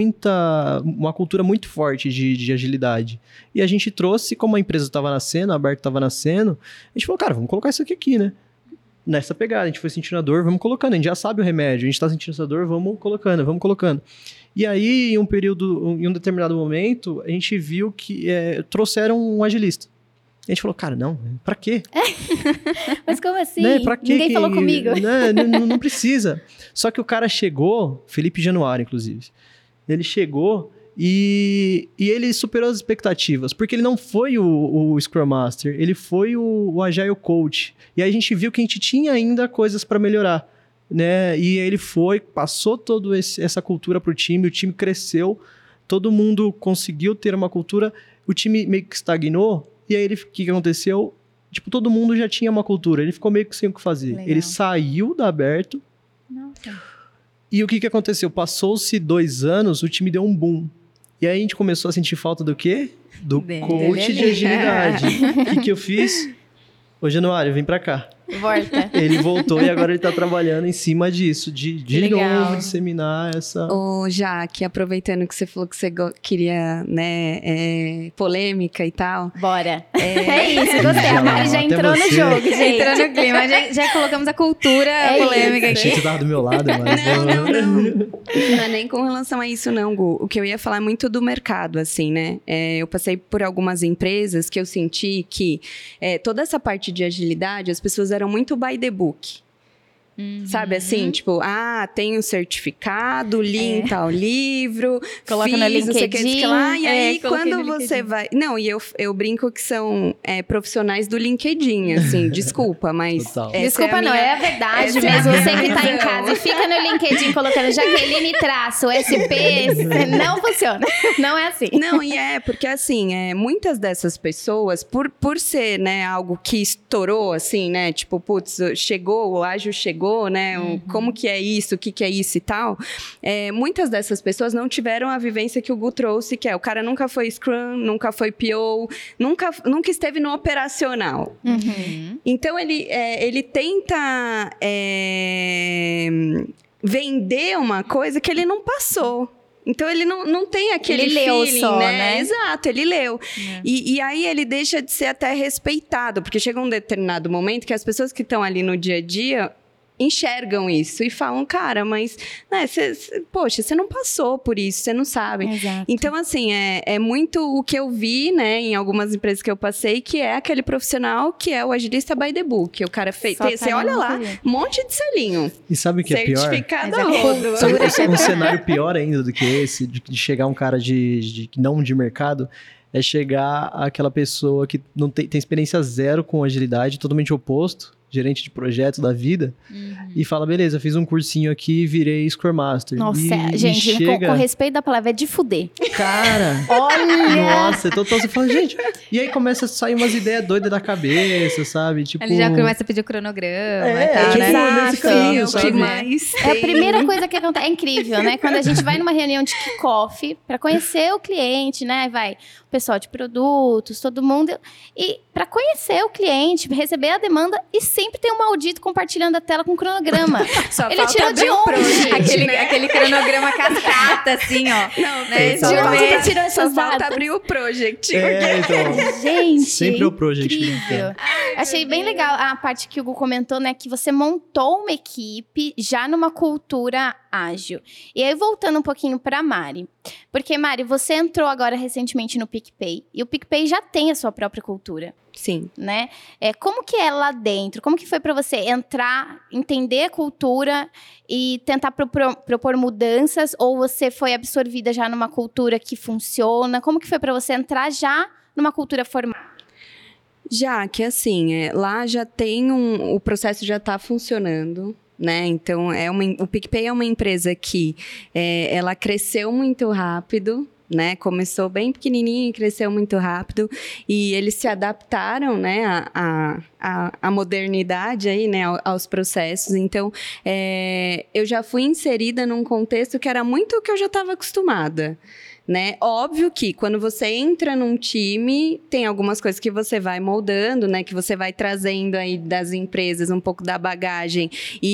uma cultura muito forte de agilidade. E a gente trouxe, como a empresa estava nascendo, a Aberto estava nascendo, a gente falou, cara, vamos colocar isso aqui, né? Nessa pegada, a gente foi sentindo a dor, vamos colocando. A gente já sabe o remédio, a gente está sentindo essa dor, vamos colocando. E aí, em um determinado momento, a gente viu que trouxeram um agilista. A gente falou, cara, não, pra quê? Mas como assim? Né? Pra quê Ninguém falou comigo. Né? Não precisa. Só que o cara chegou, Felipe Januário, inclusive. Ele chegou E ele superou as expectativas, porque ele não foi o Scrum Master, ele foi o Agile Coach. E aí a gente viu que a gente tinha ainda coisas para melhorar, né? E ele passou toda essa cultura pro time, o time cresceu, todo mundo conseguiu ter uma cultura, o time meio que estagnou, e aí o que aconteceu? Tipo, todo mundo já tinha uma cultura, ele ficou meio que sem o que fazer. Legal. Ele saiu da Aberto, Nossa. e o que aconteceu? Passou-se 2 anos, o time deu um boom. E aí a gente começou a sentir falta do quê? Do coach de agilidade. O que eu fiz? Ô, Januário, vem pra cá. Volta. Ele voltou e agora ele tá trabalhando em cima disso, de legal. novo disseminar essa... Ô, Jaque, aproveitando que você falou que você queria, né, polêmica e tal. Bora. É isso, gostei. A Mari já Até entrou no você. jogo, gente. Entrou no clima, já colocamos a cultura polêmica Achei que aqui. você tava do meu lado, mas... Não é nem com relação a isso, não, Gu. O que eu ia falar é muito do mercado, assim, né? Eu passei por algumas empresas que eu senti que toda essa parte de agilidade, as pessoas eram muito by the book. Sabe assim? Tipo, tem um certificado, li em tal livro, Coloca fiz, no não sei o que, não sei o que lá. E aí, coloquei quando no você LinkedIn. vai... Não, e eu brinco que são profissionais do LinkedIn, assim. Desculpa, mas... Total. essa Desculpa, é a não, minha- é a verdade essa é mesmo. a minha Você que tá em visão. casa e fica no LinkedIn colocando Jaqueline traço SP, não funciona. Não é assim. Não, e porque assim, muitas dessas pessoas, por ser, né, algo que estourou, assim, né, tipo, putz, chegou, o ágil chegou, né, como que é isso, o que é isso e tal, muitas dessas pessoas não tiveram a vivência que o Gu trouxe, que o cara nunca foi Scrum, nunca foi PO, nunca esteve no operacional. Então, ele tenta vender uma coisa que ele não passou. Então, ele não tem aquele Ele leu feeling, só, né? né? Exato, ele leu. E aí, ele deixa de ser até respeitado, porque chega um determinado momento que as pessoas que estão ali no dia a dia enxergam isso e falam, cara, mas, né, poxa, você não passou por isso, você não sabe. Exato. Então, assim, é muito o que eu vi, né, em algumas empresas que eu passei, que é aquele profissional que é o agilista by the book. O cara fez, Só tá você ali olha no lá, currículo. um monte de selinho. E sabe o que é pior? Certificado Mas é a rodo. Sabe um cenário pior ainda do que esse, de chegar um cara não de mercado, é chegar aquela pessoa que não tem experiência zero com agilidade, totalmente oposto, gerente de projeto da vida, e fala, beleza, fiz um cursinho aqui e virei Scrum Master. Nossa, e gente, chega... com respeito da palavra, é de fuder. Cara, Olha! nossa, então você fala, gente... E aí começa a sair umas ideias doidas da cabeça, sabe? Tipo... Ele já começa a pedir o cronograma e É, tal, tipo, né? Exato. nesse caminho, O que sabe? mais É a tem? primeira coisa que acontece. É incrível, né? Quando a gente vai numa reunião de kickoff para conhecer o cliente, né? Vai o pessoal de produtos, todo mundo. E para conhecer o cliente, receber a demanda, e sempre tem um maldito compartilhando a tela com cronograma. Só Ele falta tirou de abrir o onde? project, Aquele cronograma cascata, assim, ó. Não, Né? só De onde falta- que tirou só essas falta datas? abrir o project. então... Gente, Sempre é o project. incrível. Achei bem legal a parte que o Gu comentou, né? Que você montou uma equipe já numa cultura ágil. E aí, voltando um pouquinho pra Mari. Porque, Mari, você entrou agora recentemente no PicPay. E o PicPay já tem a sua própria cultura, Sim. né? Como que é lá dentro? Como que foi pra você entrar, entender a cultura e tentar propor mudanças? Ou você foi absorvida já numa cultura que funciona? Como que foi pra você entrar já numa cultura formal? Já que, assim, lá já tem o processo já está funcionando, né? Então, o PicPay é uma empresa que ela cresceu muito rápido, né? Começou bem pequenininha e cresceu muito rápido. E eles se adaptaram, né, à modernidade aí, né, aos processos. Então, eu já fui inserida num contexto que era muito o que eu já estava acostumada. Né? Óbvio que quando você entra num time, tem algumas coisas que você vai moldando, né? Que você vai trazendo aí das empresas um pouco da bagagem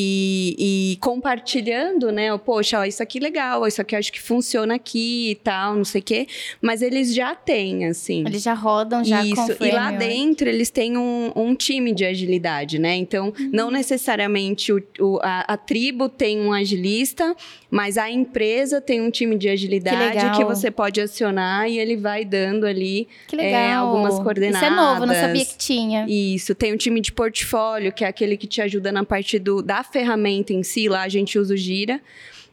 e compartilhando, né? Poxa, ó, isso aqui é legal, ó, isso aqui eu acho que funciona aqui e tal, não sei o quê. Mas eles já têm, assim. Eles já rodam, já com Isso, e lá framework. dentro eles têm um time de agilidade, né? Então, não necessariamente a tribo tem um agilista, mas a empresa tem um time de agilidade legal. que você pode acionar e ele vai dando ali Que legal. algumas coordenadas. Isso é novo, não sabia que tinha. Isso, tem um time de portfólio, que é aquele que te ajuda na parte da ferramenta em si, lá a gente usa o Gira.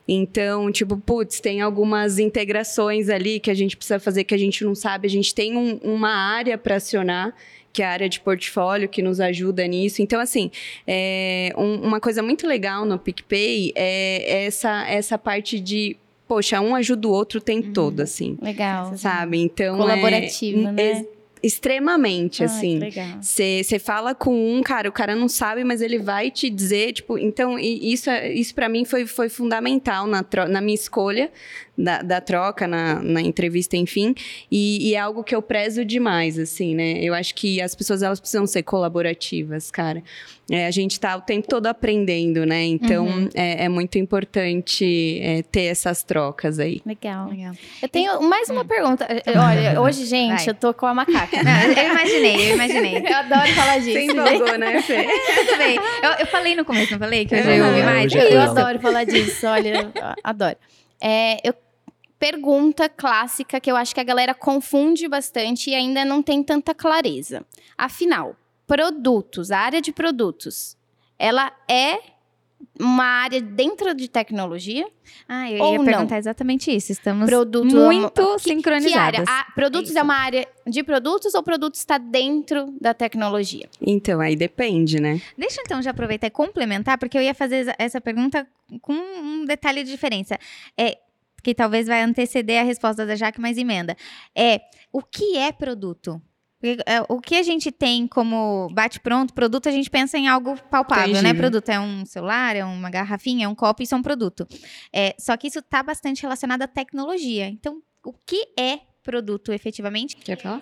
Então, tipo, putz, tem algumas integrações ali que a gente precisa fazer que a gente não sabe. A gente tem uma área para acionar, que é a área de portfólio, que nos ajuda nisso. Então, assim, uma coisa muito legal no PicPay é essa parte de, poxa, um ajuda o outro o tempo todo, assim. Legal. Sabe? Então, colaborativo, né? Extremamente, assim. Que legal. Você fala com um, cara, o cara não sabe, mas ele vai te dizer, tipo... Então, isso para mim foi fundamental na minha escolha da troca, na entrevista, enfim. E é algo que eu prezo demais, assim, né? Eu acho que as pessoas, elas precisam ser colaborativas, cara. A gente tá o tempo todo aprendendo, né? Então, é muito importante ter essas trocas aí. Legal. Eu tenho mais uma pergunta. Olha, hoje, gente, eu tô com a macaca. Não, eu imaginei. Eu adoro falar disso. Você empolgou, né, Fê? Tudo bem. Eu falei no começo, não falei? Que hoje eu ouvi mais. hoje Eu adoro falar disso, olha, adoro. Pergunta clássica que eu acho que a galera confunde bastante e ainda não tem tanta clareza. Afinal, produtos, a área de produtos, ela é uma área dentro de tecnologia? Eu ia perguntar exatamente isso. Estamos Produto muito sincronizadas. Que área? Produtos é uma área de produtos ou produtos está dentro da tecnologia? Então, aí depende, né? Deixa eu então já aproveitar e complementar, porque eu ia fazer essa pergunta com um detalhe de diferença. Que talvez vai anteceder a resposta da Jaque, mas emenda. O que é produto? O que a gente tem como bate-pronto, produto, a gente pensa em algo palpável, Entendi. né? Produto é um celular, é uma garrafinha, é um copo, isso é um produto. Só que isso está bastante relacionado à tecnologia. Então, o que é produto, efetivamente? Quer falar?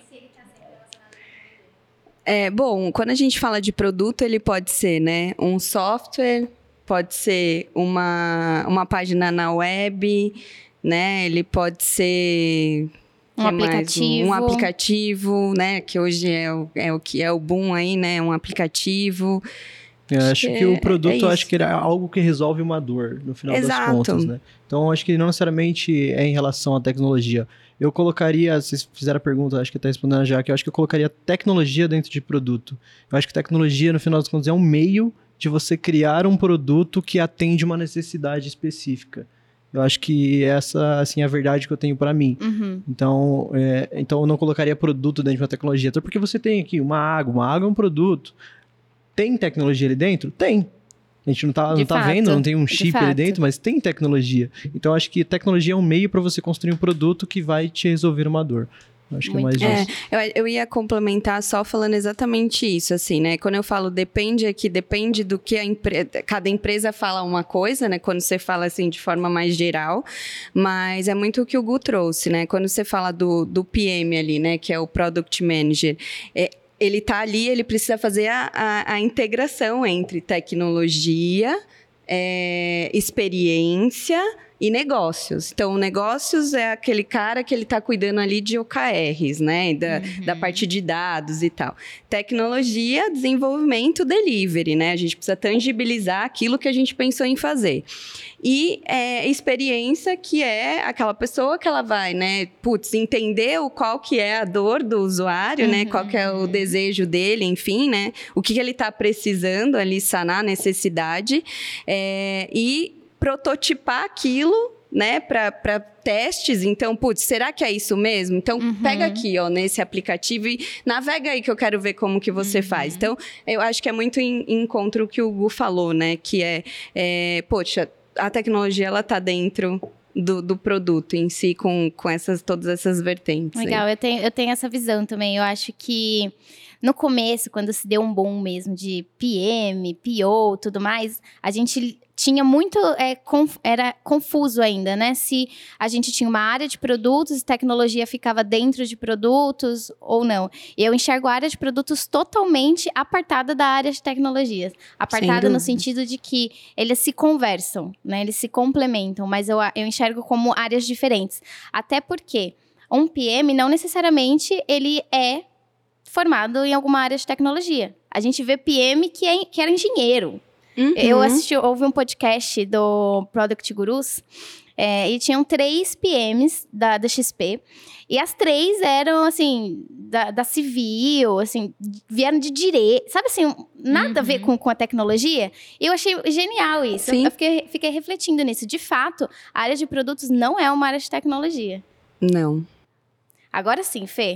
Bom, quando a gente fala de produto, ele pode ser, né, um software, pode ser uma página na web, né? Ele pode ser Um aplicativo. Um aplicativo, né? Que hoje é o que é o boom aí, né? Um aplicativo. Eu acho que o produto, isso. acho que é algo que resolve uma dor, no final das Exato. contas, né? Então, acho que não necessariamente é em relação à tecnologia. Eu colocaria, se vocês fizeram a pergunta, acho que até respondendo já, que eu acho que eu colocaria tecnologia dentro de produto. Eu acho que tecnologia, no final das contas, é um meio de você criar um produto que atende uma necessidade específica. Eu acho que essa, assim, é a verdade que eu tenho para mim. Uhum. Então, eu não colocaria produto dentro de uma tecnologia. Até porque você tem aqui uma água é um produto. Tem tecnologia ali dentro? Tem. A gente não tá vendo, não tem um chip ali dentro, mas tem tecnologia. Então, acho que tecnologia é um meio para você construir um produto que vai te resolver uma dor. Acho que é mais isso. Eu ia complementar só falando exatamente isso, assim, né? Quando eu falo depende do que cada empresa fala uma coisa, né? Quando você fala, assim, de forma mais geral. Mas é muito o que o Gu trouxe, né? Quando você fala do PM ali, né? Que é o Product Manager. Ele tá ali, ele precisa fazer a integração entre tecnologia, experiência e negócios. Então, negócios é aquele cara que ele está cuidando ali de OKRs, né? Da parte de dados e tal. Tecnologia, desenvolvimento, delivery, né? A gente precisa tangibilizar aquilo que a gente pensou em fazer. E experiência, que é aquela pessoa que ela vai, né? Entender qual que é a dor do usuário, né? Qual que é o desejo dele, enfim, né? O que ele está precisando ali, sanar a necessidade. E prototipar aquilo, né, para testes. Então, será que é isso mesmo? Então, pega aqui, ó, nesse aplicativo e navega aí que eu quero ver como que você faz. Então, eu acho que é muito em encontro o que o Gu falou, né, que a tecnologia, ela tá dentro do produto em si, com todas essas vertentes. Legal, eu tenho essa visão também. Eu acho que no começo, quando se deu um boom mesmo de PM, PO, tudo mais, a gente tinha muito, era confuso ainda, né? Se a gente tinha uma área de produtos e tecnologia ficava dentro de produtos ou não. E eu enxergo a área de produtos totalmente apartada da área de tecnologias. Apartada no sentido de que eles se conversam, né? Eles se complementam, mas eu enxergo como áreas diferentes. Até porque um PM não necessariamente ele é formado em alguma área de tecnologia. A gente vê PM que era engenheiro. Eu ouvi um podcast do Product Gurus E tinham 3 PMs da XP. E as 3 eram, assim, da civil, assim, vieram de direito. Sabe assim, nada a ver com a tecnologia. E eu achei genial isso. Sim. Eu fiquei refletindo nisso. De fato, a área de produtos não é uma área de tecnologia. Não. Agora sim, Fê.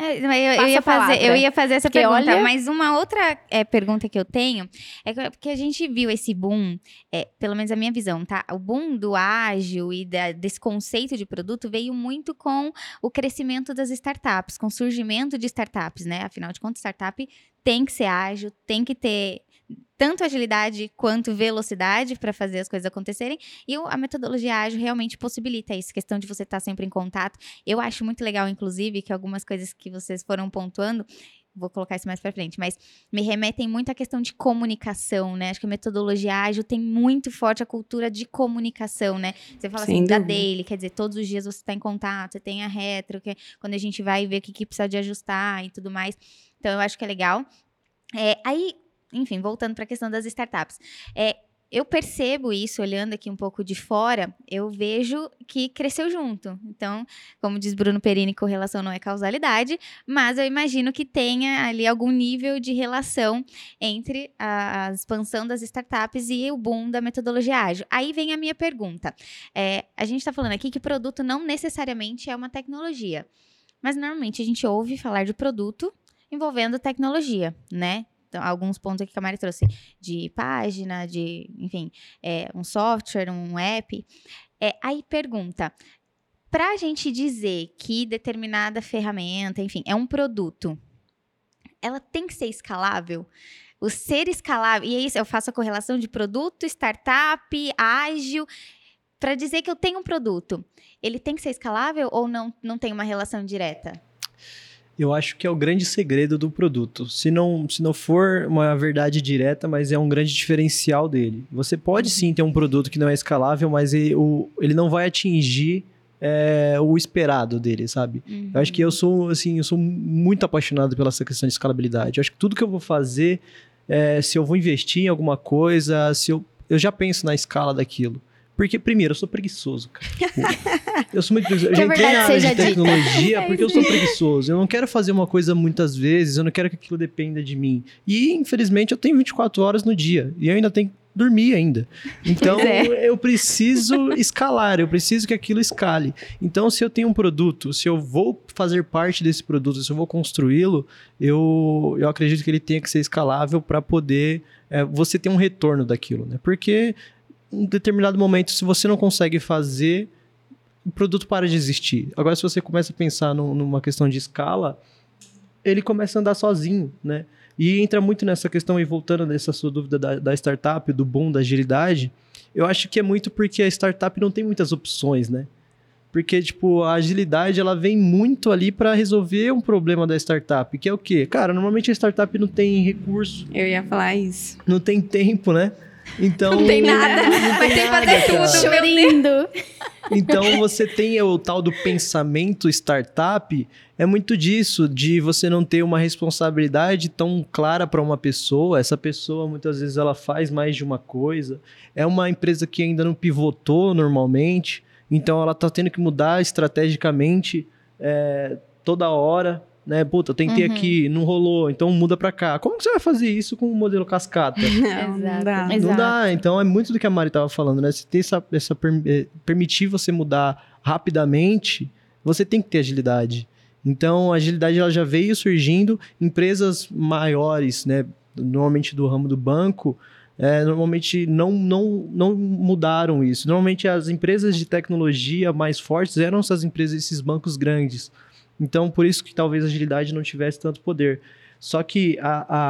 Eu ia fazer essa Porque pergunta, olha- mas uma outra pergunta que eu tenho porque a gente viu esse boom, pelo menos a minha visão, tá? O boom do ágil e desse conceito de produto veio muito com o crescimento das startups, com o surgimento de startups, né? Afinal de contas, startup tem que ser ágil, tem que ter tanto agilidade quanto velocidade para fazer as coisas acontecerem. E a metodologia ágil realmente possibilita isso, questão de você estar sempre em contato. Eu acho muito legal, inclusive, que algumas coisas que vocês foram pontuando, vou colocar isso mais para frente, mas me remetem muito à questão de comunicação, né? Acho que a metodologia ágil tem muito forte a cultura de comunicação, né? Você fala Sem assim, da dúvida. daily, quer dizer, todos os dias você está em contato, você tem a retro, que é quando a gente vai ver o que precisa de ajustar e tudo mais. Então, eu acho que é legal. Aí, enfim, voltando para a questão das startups. Eu percebo isso, olhando aqui um pouco de fora, eu vejo que cresceu junto. Então, como diz Bruno Perini, correlação não é causalidade, mas eu imagino que tenha ali algum nível de relação entre a expansão das startups e o boom da metodologia ágil. Aí vem a minha pergunta. A gente está falando aqui que produto não necessariamente é uma tecnologia, mas normalmente a gente ouve falar de produto envolvendo tecnologia, né? Então, alguns pontos aqui que a Mari trouxe, de página, enfim, um software, um app. Aí pergunta, para a gente dizer que determinada ferramenta, enfim, é um produto, ela tem que ser escalável? O ser escalável, e é isso, eu faço a correlação de produto, startup, ágil, para dizer que eu tenho um produto, ele tem que ser escalável ou não tem uma relação direta? Eu acho que é o grande segredo do produto. Se não for uma verdade direta, mas é um grande diferencial dele. Você pode sim ter um produto que não é escalável, mas ele não vai atingir o esperado dele, sabe? Eu acho que eu sou muito apaixonado pela essa questão de escalabilidade. Eu acho que tudo que eu vou fazer, se eu vou investir em alguma coisa, eu já penso na escala daquilo. Porque, primeiro, eu sou preguiçoso, cara. Eu sou muito preguiçoso. Eu já entrei na área de tecnologia porque eu sou preguiçoso. Eu não quero fazer uma coisa muitas vezes, eu não quero que aquilo dependa de mim. E, infelizmente, eu tenho 24 horas no dia. E eu ainda tenho que dormir ainda. Então, eu preciso escalar, eu preciso que aquilo escale. Então, se eu tenho um produto, se eu vou fazer parte desse produto, se eu vou construí-lo, eu acredito que ele tenha que ser escalável para poder você ter um retorno daquilo, né? Porque em determinado momento, se você não consegue fazer, o produto para de existir. Agora, se você começa a pensar numa questão de escala, ele começa a andar sozinho, né? E entra muito nessa questão, e voltando nessa sua dúvida da startup, do boom, da agilidade, eu acho que é muito porque a startup não tem muitas opções, né? Porque, tipo, a agilidade, ela vem muito ali para resolver um problema da startup, que é o quê? Cara, normalmente a startup não tem recurso. Eu ia falar isso. Não tem tempo, né? Então, não tem nada, mas tem que fazer tudo. Chorindo. Então, você tem o tal do pensamento startup, é muito disso, de você não ter uma responsabilidade tão clara para uma pessoa. Essa pessoa, muitas vezes, ela faz mais de uma coisa. É uma empresa que ainda não pivotou normalmente, então ela está tendo que mudar estrategicamente toda hora. Né? Puta, eu tentei aqui, não rolou, então muda pra cá. Como que você vai fazer isso com o modelo cascata? Não dá. Não dá. Então é muito do que a Mari tava falando, né? Se ter permitir você mudar rapidamente, você tem que ter agilidade. Então a agilidade ela já veio surgindo. Empresas maiores, né? Normalmente do ramo do banco, normalmente não mudaram isso. Normalmente as empresas de tecnologia mais fortes eram essas empresas, esses bancos grandes. Então, por isso que talvez a agilidade não tivesse tanto poder. Só que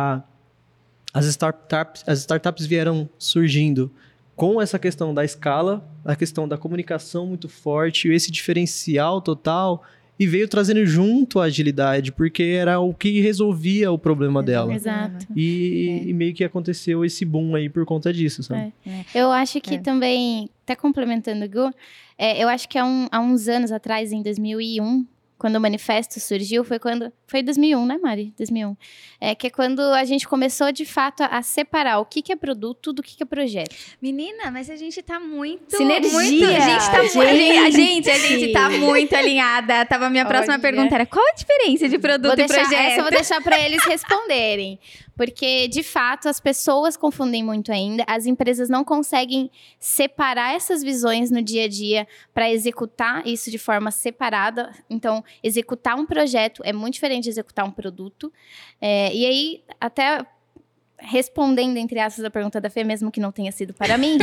as startups vieram surgindo com essa questão da escala, a questão da comunicação muito forte, esse diferencial total, e veio trazendo junto a agilidade, porque era o que resolvia o problema dela. Exato. E meio que aconteceu esse boom aí por conta disso, sabe? Eu acho que também, até complementando o Gu, eu acho que há uns anos atrás, em 2001, quando o manifesto surgiu, foi 2001, né, Mari? 2001. Que é quando a gente começou, de fato, a separar o que é produto do que é projeto. Menina, mas a gente tá muito... Sinergia! Muito, a gente tá muito alinhada. A minha próxima pergunta era, qual a diferença de produto e projeto? Essa eu vou deixar para eles responderem. Porque, de fato, as pessoas confundem muito ainda. As empresas não conseguem separar essas visões no dia a dia para executar isso de forma separada. Então, executar um projeto é muito diferente de executar um produto. E aí, até respondendo, entre aspas, a pergunta da Fê, mesmo que não tenha sido para mim,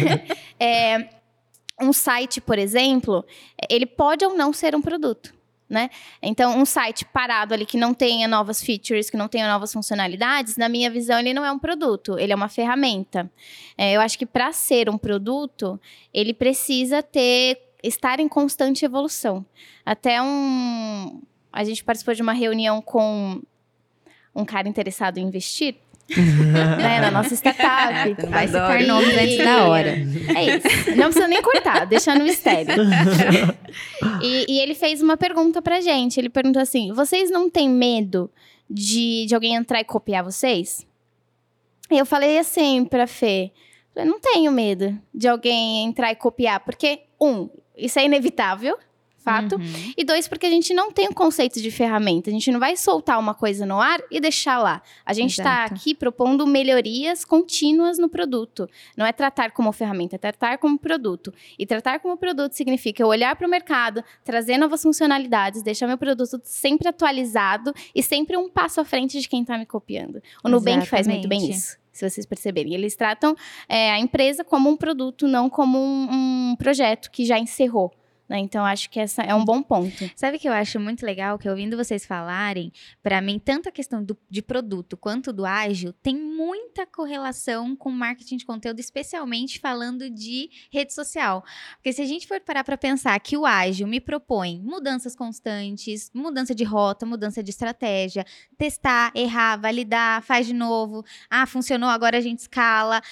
um site, por exemplo, ele pode ou não ser um produto. Né? Então, um site parado ali que não tenha novas features, que não tenha novas funcionalidades, na minha visão, ele não é um produto, ele é uma ferramenta. Eu acho que para ser um produto, ele precisa estar em constante evolução. A gente participou de uma reunião com um cara interessado em investir, né, na nossa startup. Vai citar nomes antes da hora. É isso. Não precisa nem cortar, deixa no mistério. E ele fez uma pergunta pra gente. Ele perguntou assim: vocês não têm medo de alguém entrar e copiar vocês? E eu falei assim pra Fê: eu não tenho medo de alguém entrar e copiar, porque, isso é inevitável. Fato. E 2, porque a gente não tem o conceito de ferramenta. A gente não vai soltar uma coisa no ar e deixar lá. A gente está aqui propondo melhorias contínuas no produto. Não é tratar como ferramenta, é tratar como produto. E tratar como produto significa eu olhar para o mercado, trazer novas funcionalidades, deixar meu produto sempre atualizado e sempre um passo à frente de quem está me copiando. O Nubank faz muito bem isso, se vocês perceberem. Eles tratam a empresa como um produto, não como um projeto que já encerrou. Então, acho que essa é um bom ponto. Sabe o que eu acho muito legal? Que ouvindo vocês falarem, para mim, tanto a questão de produto quanto do ágil tem muita correlação com marketing de conteúdo, especialmente falando de rede social. Porque se a gente for parar para pensar que o ágil me propõe mudanças constantes, mudança de rota, mudança de estratégia, testar, errar, validar, faz de novo, funcionou, agora a gente escala.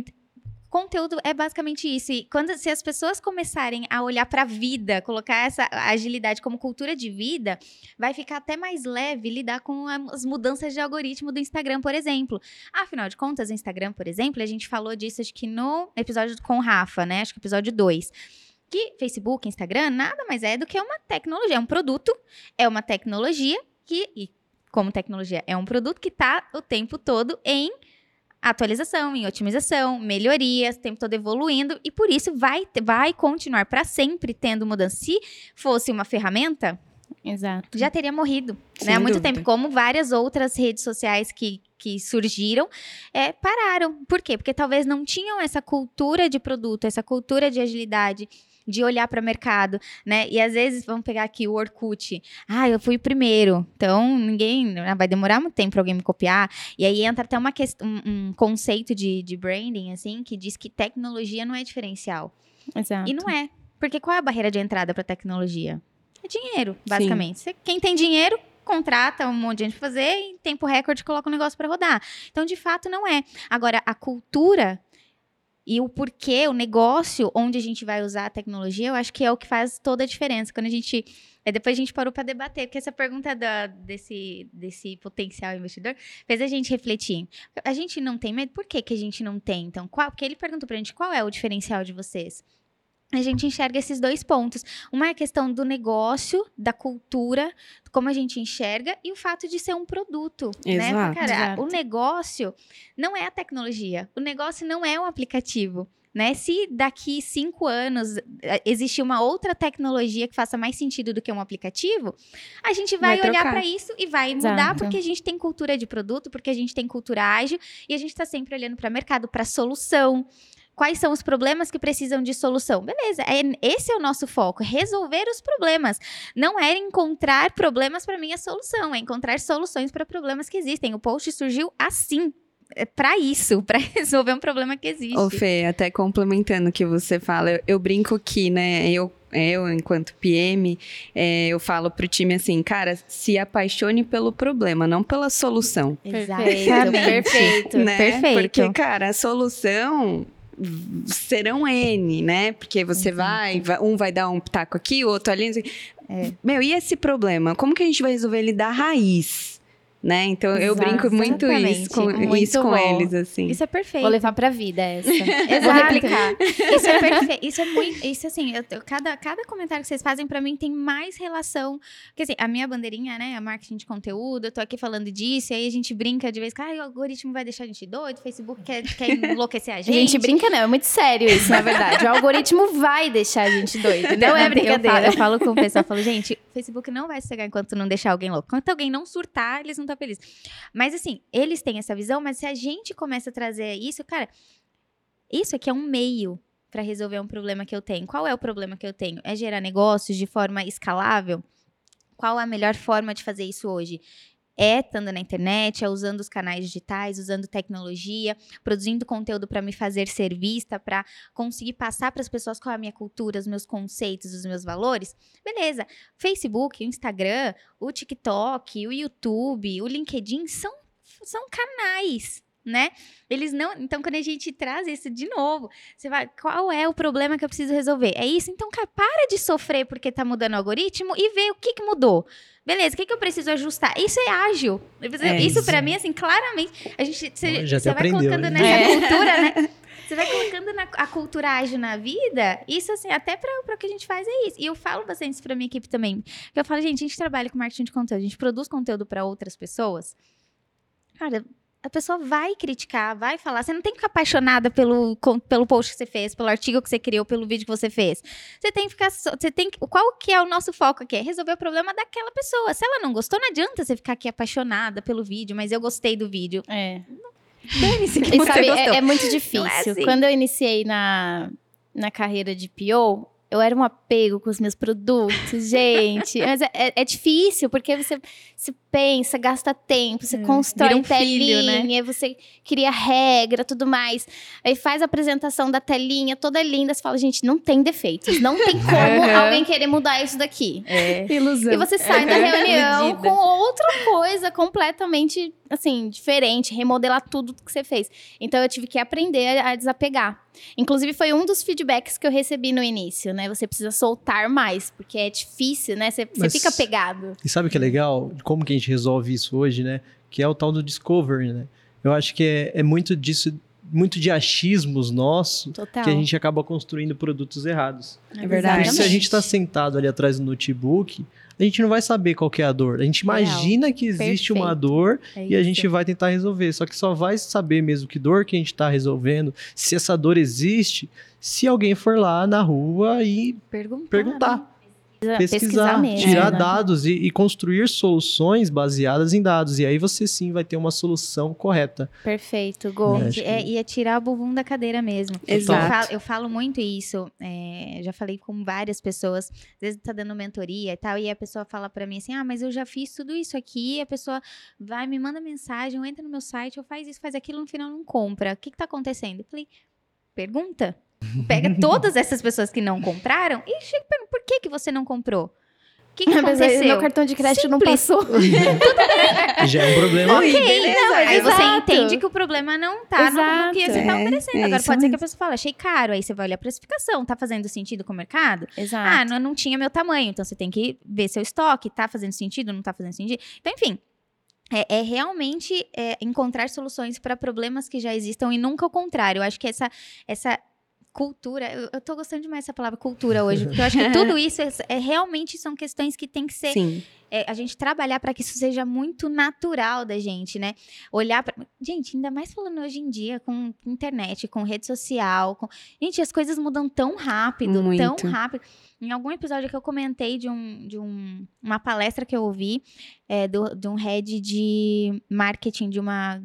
Conteúdo é basicamente isso. E se as pessoas começarem a olhar para a vida, colocar essa agilidade como cultura de vida, vai ficar até mais leve lidar com as mudanças de algoritmo do Instagram, por exemplo. Afinal de contas, o Instagram, por exemplo, a gente falou disso acho que no episódio com o Rafa, né? Acho que episódio 2. Que Facebook, Instagram, nada mais é do que uma tecnologia. É um produto, é uma tecnologia e como tecnologia é um produto que está o tempo todo em atualização, em otimização, melhorias, o tempo todo evoluindo, e por isso vai continuar para sempre tendo mudança. Se fosse uma ferramenta, exato, já teria morrido, né? Há muito tempo, como várias outras redes sociais que surgiram, pararam. Por quê? Porque talvez não tinham essa cultura de produto, essa cultura de agilidade, de olhar para o mercado, né? E às vezes, vamos pegar aqui o Orkut. Eu fui o primeiro, então vai demorar muito tempo para alguém me copiar. E aí entra até um conceito de branding, assim, que diz que tecnologia não é diferencial. Exato. E não é. Porque qual é a barreira de entrada para tecnologia? É dinheiro, basicamente. Quem tem dinheiro contrata um monte de gente para fazer e em tempo recorde coloca o negócio para rodar. Então, de fato, não é. Agora, a cultura e o porquê, o negócio onde a gente vai usar a tecnologia, eu acho que é o que faz toda a diferença. Quando a gente... depois a gente parou para debater, porque essa pergunta desse potencial investidor fez a gente refletir. A gente não tem medo? Por que a gente não tem? Então, porque ele perguntou pra gente qual é o diferencial de vocês. A gente enxerga esses 2 pontos. Uma é a questão do negócio, da cultura, como a gente enxerga, e o fato de ser um produto. Exato. Né? Cara, o negócio não é a tecnologia. O negócio não é um aplicativo. Né? Se daqui 5 anos existir uma outra tecnologia que faça mais sentido do que um aplicativo, a gente vai olhar para isso e vai mudar, porque a gente tem cultura de produto, porque a gente tem cultura ágil, e a gente está sempre olhando para o mercado, para solução. Quais são os problemas que precisam de solução? Beleza, esse é o nosso foco, resolver os problemas. Não é encontrar problemas para minha solução, é encontrar soluções para problemas que existem. O post surgiu assim, para isso, para resolver um problema que existe. Ô Fê, até complementando o que você fala, eu brinco que, né, eu enquanto PM, eu falo pro time assim, cara, se apaixone pelo problema, não pela solução. Perfeito. Né? Perfeito. Porque, cara, a solução serão N, né? Porque você vai, um vai dar um pitaco aqui, o outro ali. Meu, e esse problema? Como que a gente vai resolver ele da raiz? Né? Então, eu brinco muito isso com bom. eles, assim. Isso é perfeito. Vou levar pra vida essa. Exato. Vou replicar. Isso é perfeito. Isso é muito. Isso, assim, cada comentário que vocês fazem pra mim tem mais relação. Porque, assim, a minha bandeirinha, né? A marketing de conteúdo, eu tô aqui falando disso, e aí a gente brinca de vez que o algoritmo vai deixar a gente doido, o Facebook quer enlouquecer a A gente. gente brinca, não. É muito sério isso, na verdade. O algoritmo vai deixar a gente doido. Não é brincadeira. Eu falo com o pessoal, eu falo, gente, o Facebook não vai sossegar enquanto não deixar alguém louco. Enquanto alguém não surtar, eles não estão felizes. Mas, assim, eles têm essa visão, mas se a gente começa a trazer isso, cara, isso aqui é um meio para resolver um problema que eu tenho. Qual é o problema que eu tenho? É gerar negócios de forma escalável? Qual a melhor forma de fazer isso hoje? É estando na internet, é usando os canais digitais, usando tecnologia, produzindo conteúdo para me fazer ser vista, para conseguir passar para as pessoas qual é a minha cultura, os meus conceitos, os meus valores. Beleza. Facebook, o Instagram, o TikTok, o YouTube, o LinkedIn são canais, né? Eles não... Então, quando a gente traz isso de novo, você vai... Qual é o problema que eu preciso resolver? É isso? Então, cara, para de sofrer porque tá mudando o algoritmo e vê o que mudou. Beleza, o que eu preciso ajustar? Isso é ágil. Isso pra mim, assim, claramente... Você vai aprendeu, colocando hein? nessa cultura, né? Você vai colocando a cultura ágil na vida, isso, assim, até para o que a gente faz é isso. E eu falo bastante isso pra minha equipe também. Eu falo, gente, a gente trabalha com marketing de conteúdo, a gente produz conteúdo para outras pessoas. Cara, a pessoa vai criticar, vai falar. Você não tem que ficar apaixonada pelo post que você fez, pelo artigo que você criou, pelo vídeo que você fez. Você tem que ficar... Qual que é o nosso foco aqui? É resolver o problema daquela pessoa. Se ela não gostou, não adianta você ficar aqui apaixonada pelo vídeo, mas eu gostei do vídeo. Dane-se que E você sabe, gostou. é muito difícil. Não é assim. Quando eu iniciei na carreira de PO, eu era um apego com os meus produtos, gente. Mas é difícil, porque você pensa, gasta tempo, você constrói vira um filho, telinha, você cria regra, tudo mais. Aí faz a apresentação da telinha toda linda, você fala, gente, não tem defeitos. Não tem como alguém querer mudar isso daqui. Ilusão. E você sai da reunião Iludida. com outra coisa completamente, assim, diferente. Remodelar tudo que você fez. Então, eu tive que aprender a desapegar. Inclusive, foi um dos feedbacks que eu recebi no início, né? Você precisa soltar mais, porque é difícil, né? Você fica pegado. E sabe o que é legal? Como que a gente resolve isso hoje, né? Que é o tal do discovery, né? Eu acho que é muito disso, muito de achismos nossos, Total. que a gente acaba construindo produtos errados. É verdade. Porque se a gente tá sentado ali atrás do notebook, a gente não vai saber qual que é a dor. A gente imagina que existe uma Perfeito. dor É e a isso. gente vai tentar resolver. Só que só vai saber mesmo que dor que a gente tá resolvendo, se essa dor existe, se alguém for lá na rua e perguntar. Pesquisar, mesmo. tirar né? dados e construir soluções baseadas em dados. E aí você sim vai ter uma solução correta. Perfeito, Gol. É. acho que- E é tirar o bumbum da cadeira mesmo. Exato. Eu falo muito isso. Já falei com várias pessoas. Às vezes tá dando mentoria e tal. E a pessoa fala pra mim assim: mas eu já fiz tudo isso aqui. A pessoa vai, me manda mensagem, eu entro no meu site, eu faz isso, faz aquilo, no final não compra. O que tá acontecendo? Eu falei: pergunta. Pega todas essas pessoas que não compraram e chega e pergunta: por que você não comprou? O que aconteceu? Meu cartão de crédito não Simples. passou. Já é um problema. Ok, não, aí você exato. entende que o problema não tá no que você tá É, oferecendo. é Agora isso pode ser que a mesmo. pessoa fale, achei caro. Aí você vai olhar a precificação, tá fazendo sentido com o mercado? Exato. Não tinha meu tamanho, então você tem que ver seu estoque, tá fazendo sentido, não tá fazendo sentido. Então, enfim, é realmente encontrar soluções para problemas que já existam e nunca o contrário. Eu acho que essa cultura, eu tô gostando demais dessa palavra cultura hoje, porque eu acho que tudo isso realmente são questões que tem que ser Sim. a gente trabalhar para que isso seja muito natural da gente, né? Olhar para... Gente, ainda mais falando hoje em dia com internet, com rede social. Gente, as coisas mudam tão rápido, Muito. tão rápido. Em algum episódio que eu comentei de uma palestra que eu ouvi, de um head de marketing de uma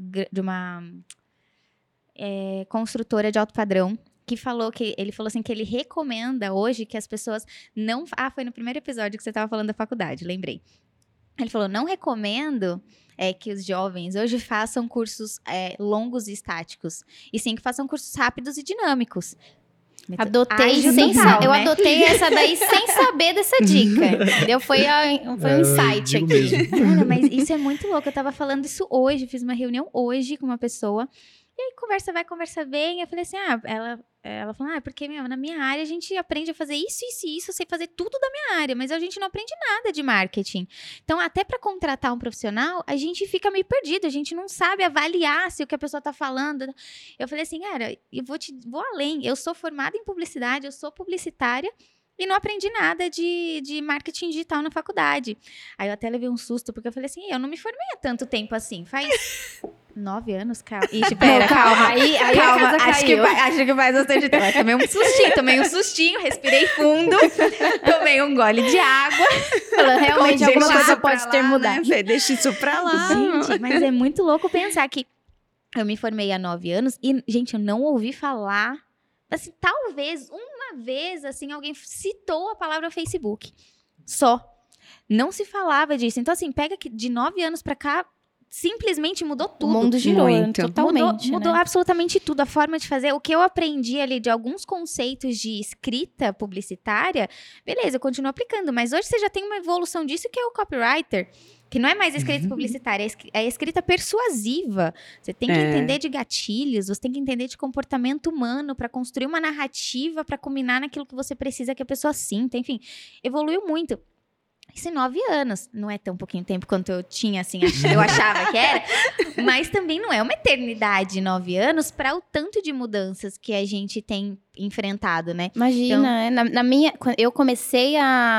construtora de alto padrão, ele falou assim que ele recomenda hoje que as pessoas não... foi no primeiro episódio que você estava falando da faculdade, lembrei. Ele falou, não recomendo que os jovens hoje façam cursos longos e estáticos, e sim que façam cursos rápidos e dinâmicos. Adotei Ágil sem total, Eu né? adotei essa daí sem saber dessa dica, entendeu? Foi um insight digo aqui. mesmo. Cara, mas isso é muito louco. Eu tava falando isso hoje, fiz uma reunião hoje com uma pessoa. E aí conversa vai, conversa vem. Eu falei assim, ela falou, porque na minha área a gente aprende a fazer isso, eu sei fazer tudo da minha área, mas a gente não aprende nada de marketing. Então, até para contratar um profissional, a gente fica meio perdido, a gente não sabe avaliar se o que a pessoa tá falando. Eu falei assim, cara, eu vou além, eu sou formada em publicidade, eu sou publicitária, e não aprendi nada de marketing digital na faculdade. Aí eu até levei um susto, porque eu falei assim, eu não me formei há tanto tempo assim, faz 9 anos, calma. Ixi, pera, calma. Aí Calma, a casa acho que caiu. faz bastante tempo. Tomei um sustinho, respirei fundo, tomei um gole de água. Falando, realmente, Deixa alguma coisa isso pra pode ter lá, mudado. né, Fê? Deixa isso pra lá. Gente, mas é muito louco pensar que eu me formei há 9 anos e, gente, eu não ouvi falar. Assim, talvez, uma vez, assim, alguém citou a palavra Facebook. Só. Não se falava disso. Então, assim, pega que de 9 anos pra cá, simplesmente mudou tudo. O mundo girou Muito. totalmente, Mudou né? absolutamente tudo. A forma de fazer. O que eu aprendi ali de alguns conceitos de escrita publicitária, beleza, eu continuo aplicando. Mas hoje você já tem uma evolução disso que é o copywriter. Que não é mais escrita publicitária, é escrita persuasiva. Você tem que entender de gatilhos, você tem que entender de comportamento humano para construir uma narrativa para combinar naquilo que você precisa que a pessoa sinta. Enfim, evoluiu muito. Isso em 9 anos. Não é tão pouquinho tempo quanto eu tinha, assim, eu achava que era. Mas também não é uma eternidade 9 anos para o tanto de mudanças que a gente tem enfrentado, né? Imagina, eu comecei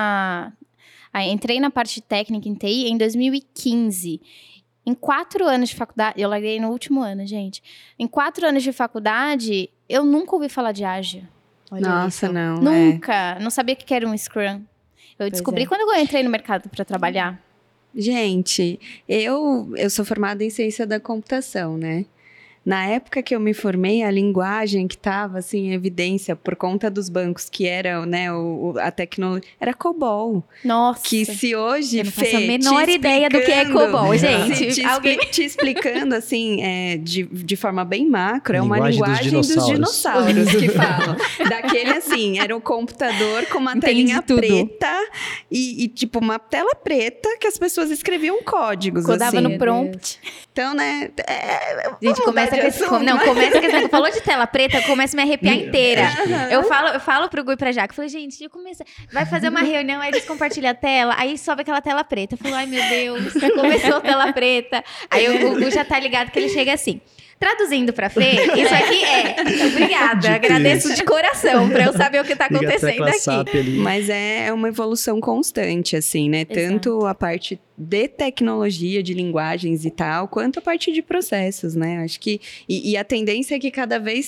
entrei na parte técnica em TI em 2015. Em 4 anos de faculdade, eu larguei no último ano, gente. Em 4 anos de faculdade, eu nunca ouvi falar de ágil. Olha Nossa, isso. não. Nunca. Não sabia o que era um Scrum. Eu descobri é. quando eu entrei no mercado para trabalhar. Gente, eu sou formada em ciência da computação, né? Na época que eu me formei, a linguagem que estava assim, em evidência por conta dos bancos, que era, né, a tecnologia, era COBOL. Nossa. Que se hoje, Eu não faço Fê, a menor te ideia do que é explicando- COBOL, gente. Te explicando, assim, de forma bem macro, é uma Linguagem dos linguagem dos dinossauros que falam. Daquele, assim, era um computador com uma Entende telinha tudo. preta e, tipo, uma tela preta que as pessoas escreviam códigos, Codava assim. no prompt. Então, né, Gente, começa com esse. Não, começa com esse. Falou de tela preta, eu começo a me arrepiar inteira. Eu falo pro Gu e pra Jaque, eu falei, gente, eu começo. Vai fazer uma reunião, aí eles compartilham a tela, aí sobe aquela tela preta. Eu falo, ai meu Deus, começou a tela preta. Aí o Gu já tá ligado que ele chega assim. Traduzindo pra Fê, isso aqui obrigada, agradeço de coração pra eu saber o que tá Liga a acontecendo tecla aqui. SAP ali. Mas é uma evolução constante, assim, né? Tanto a parte de tecnologia, de linguagens e tal, quanto a parte de processos, né? Acho que... E a tendência é que cada vez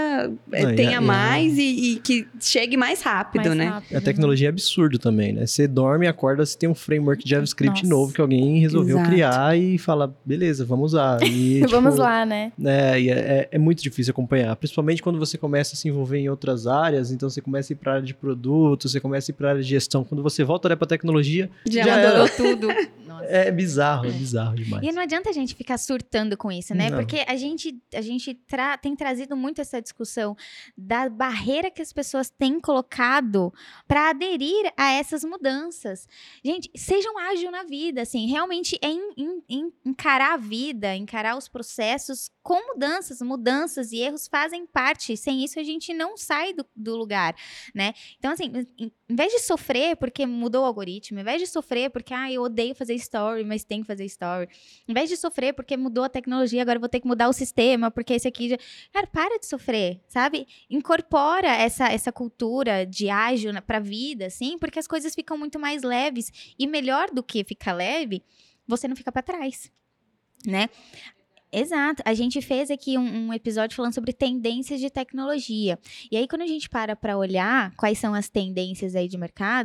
tenha mais e que chegue mais rápido, Mais né? rápido. A tecnologia é absurdo também, né? Você dorme e acorda, você tem um framework de JavaScript Nossa. novo que alguém resolveu Exato. criar e fala, beleza, vamos usar. E, Vamos tipo, lá, né? né, e é muito difícil acompanhar, principalmente quando você começa a se envolver em outras áreas, então você começa a ir para a área de produto, você começa a ir para a área de gestão. Quando você volta a olhar para tecnologia, Já já adorou era. tudo. É bizarro demais. E não adianta a gente ficar surtando com isso, né? Não. Porque a gente tem trazido muito essa discussão da barreira que as pessoas têm colocado para aderir a essas mudanças. Gente, sejam ágeis na vida, assim, realmente é encarar a vida, encarar os processos com mudanças e erros fazem parte. Sem isso a gente não sai do lugar, né? Então, assim, em vez de sofrer porque mudou o algoritmo, em vez de sofrer porque, eu odeio fazer story, mas tem que fazer story, em vez de sofrer porque mudou a tecnologia, agora eu vou ter que mudar o sistema, porque esse aqui já... Cara, para de sofrer, sabe? Incorpora essa cultura de ágil pra vida, assim, porque as coisas ficam muito mais leves e melhor do que ficar leve, você não fica pra trás, né? Exato. A gente fez aqui um episódio falando sobre tendências de tecnologia. E aí, quando a gente para olhar quais são as tendências aí de mercado,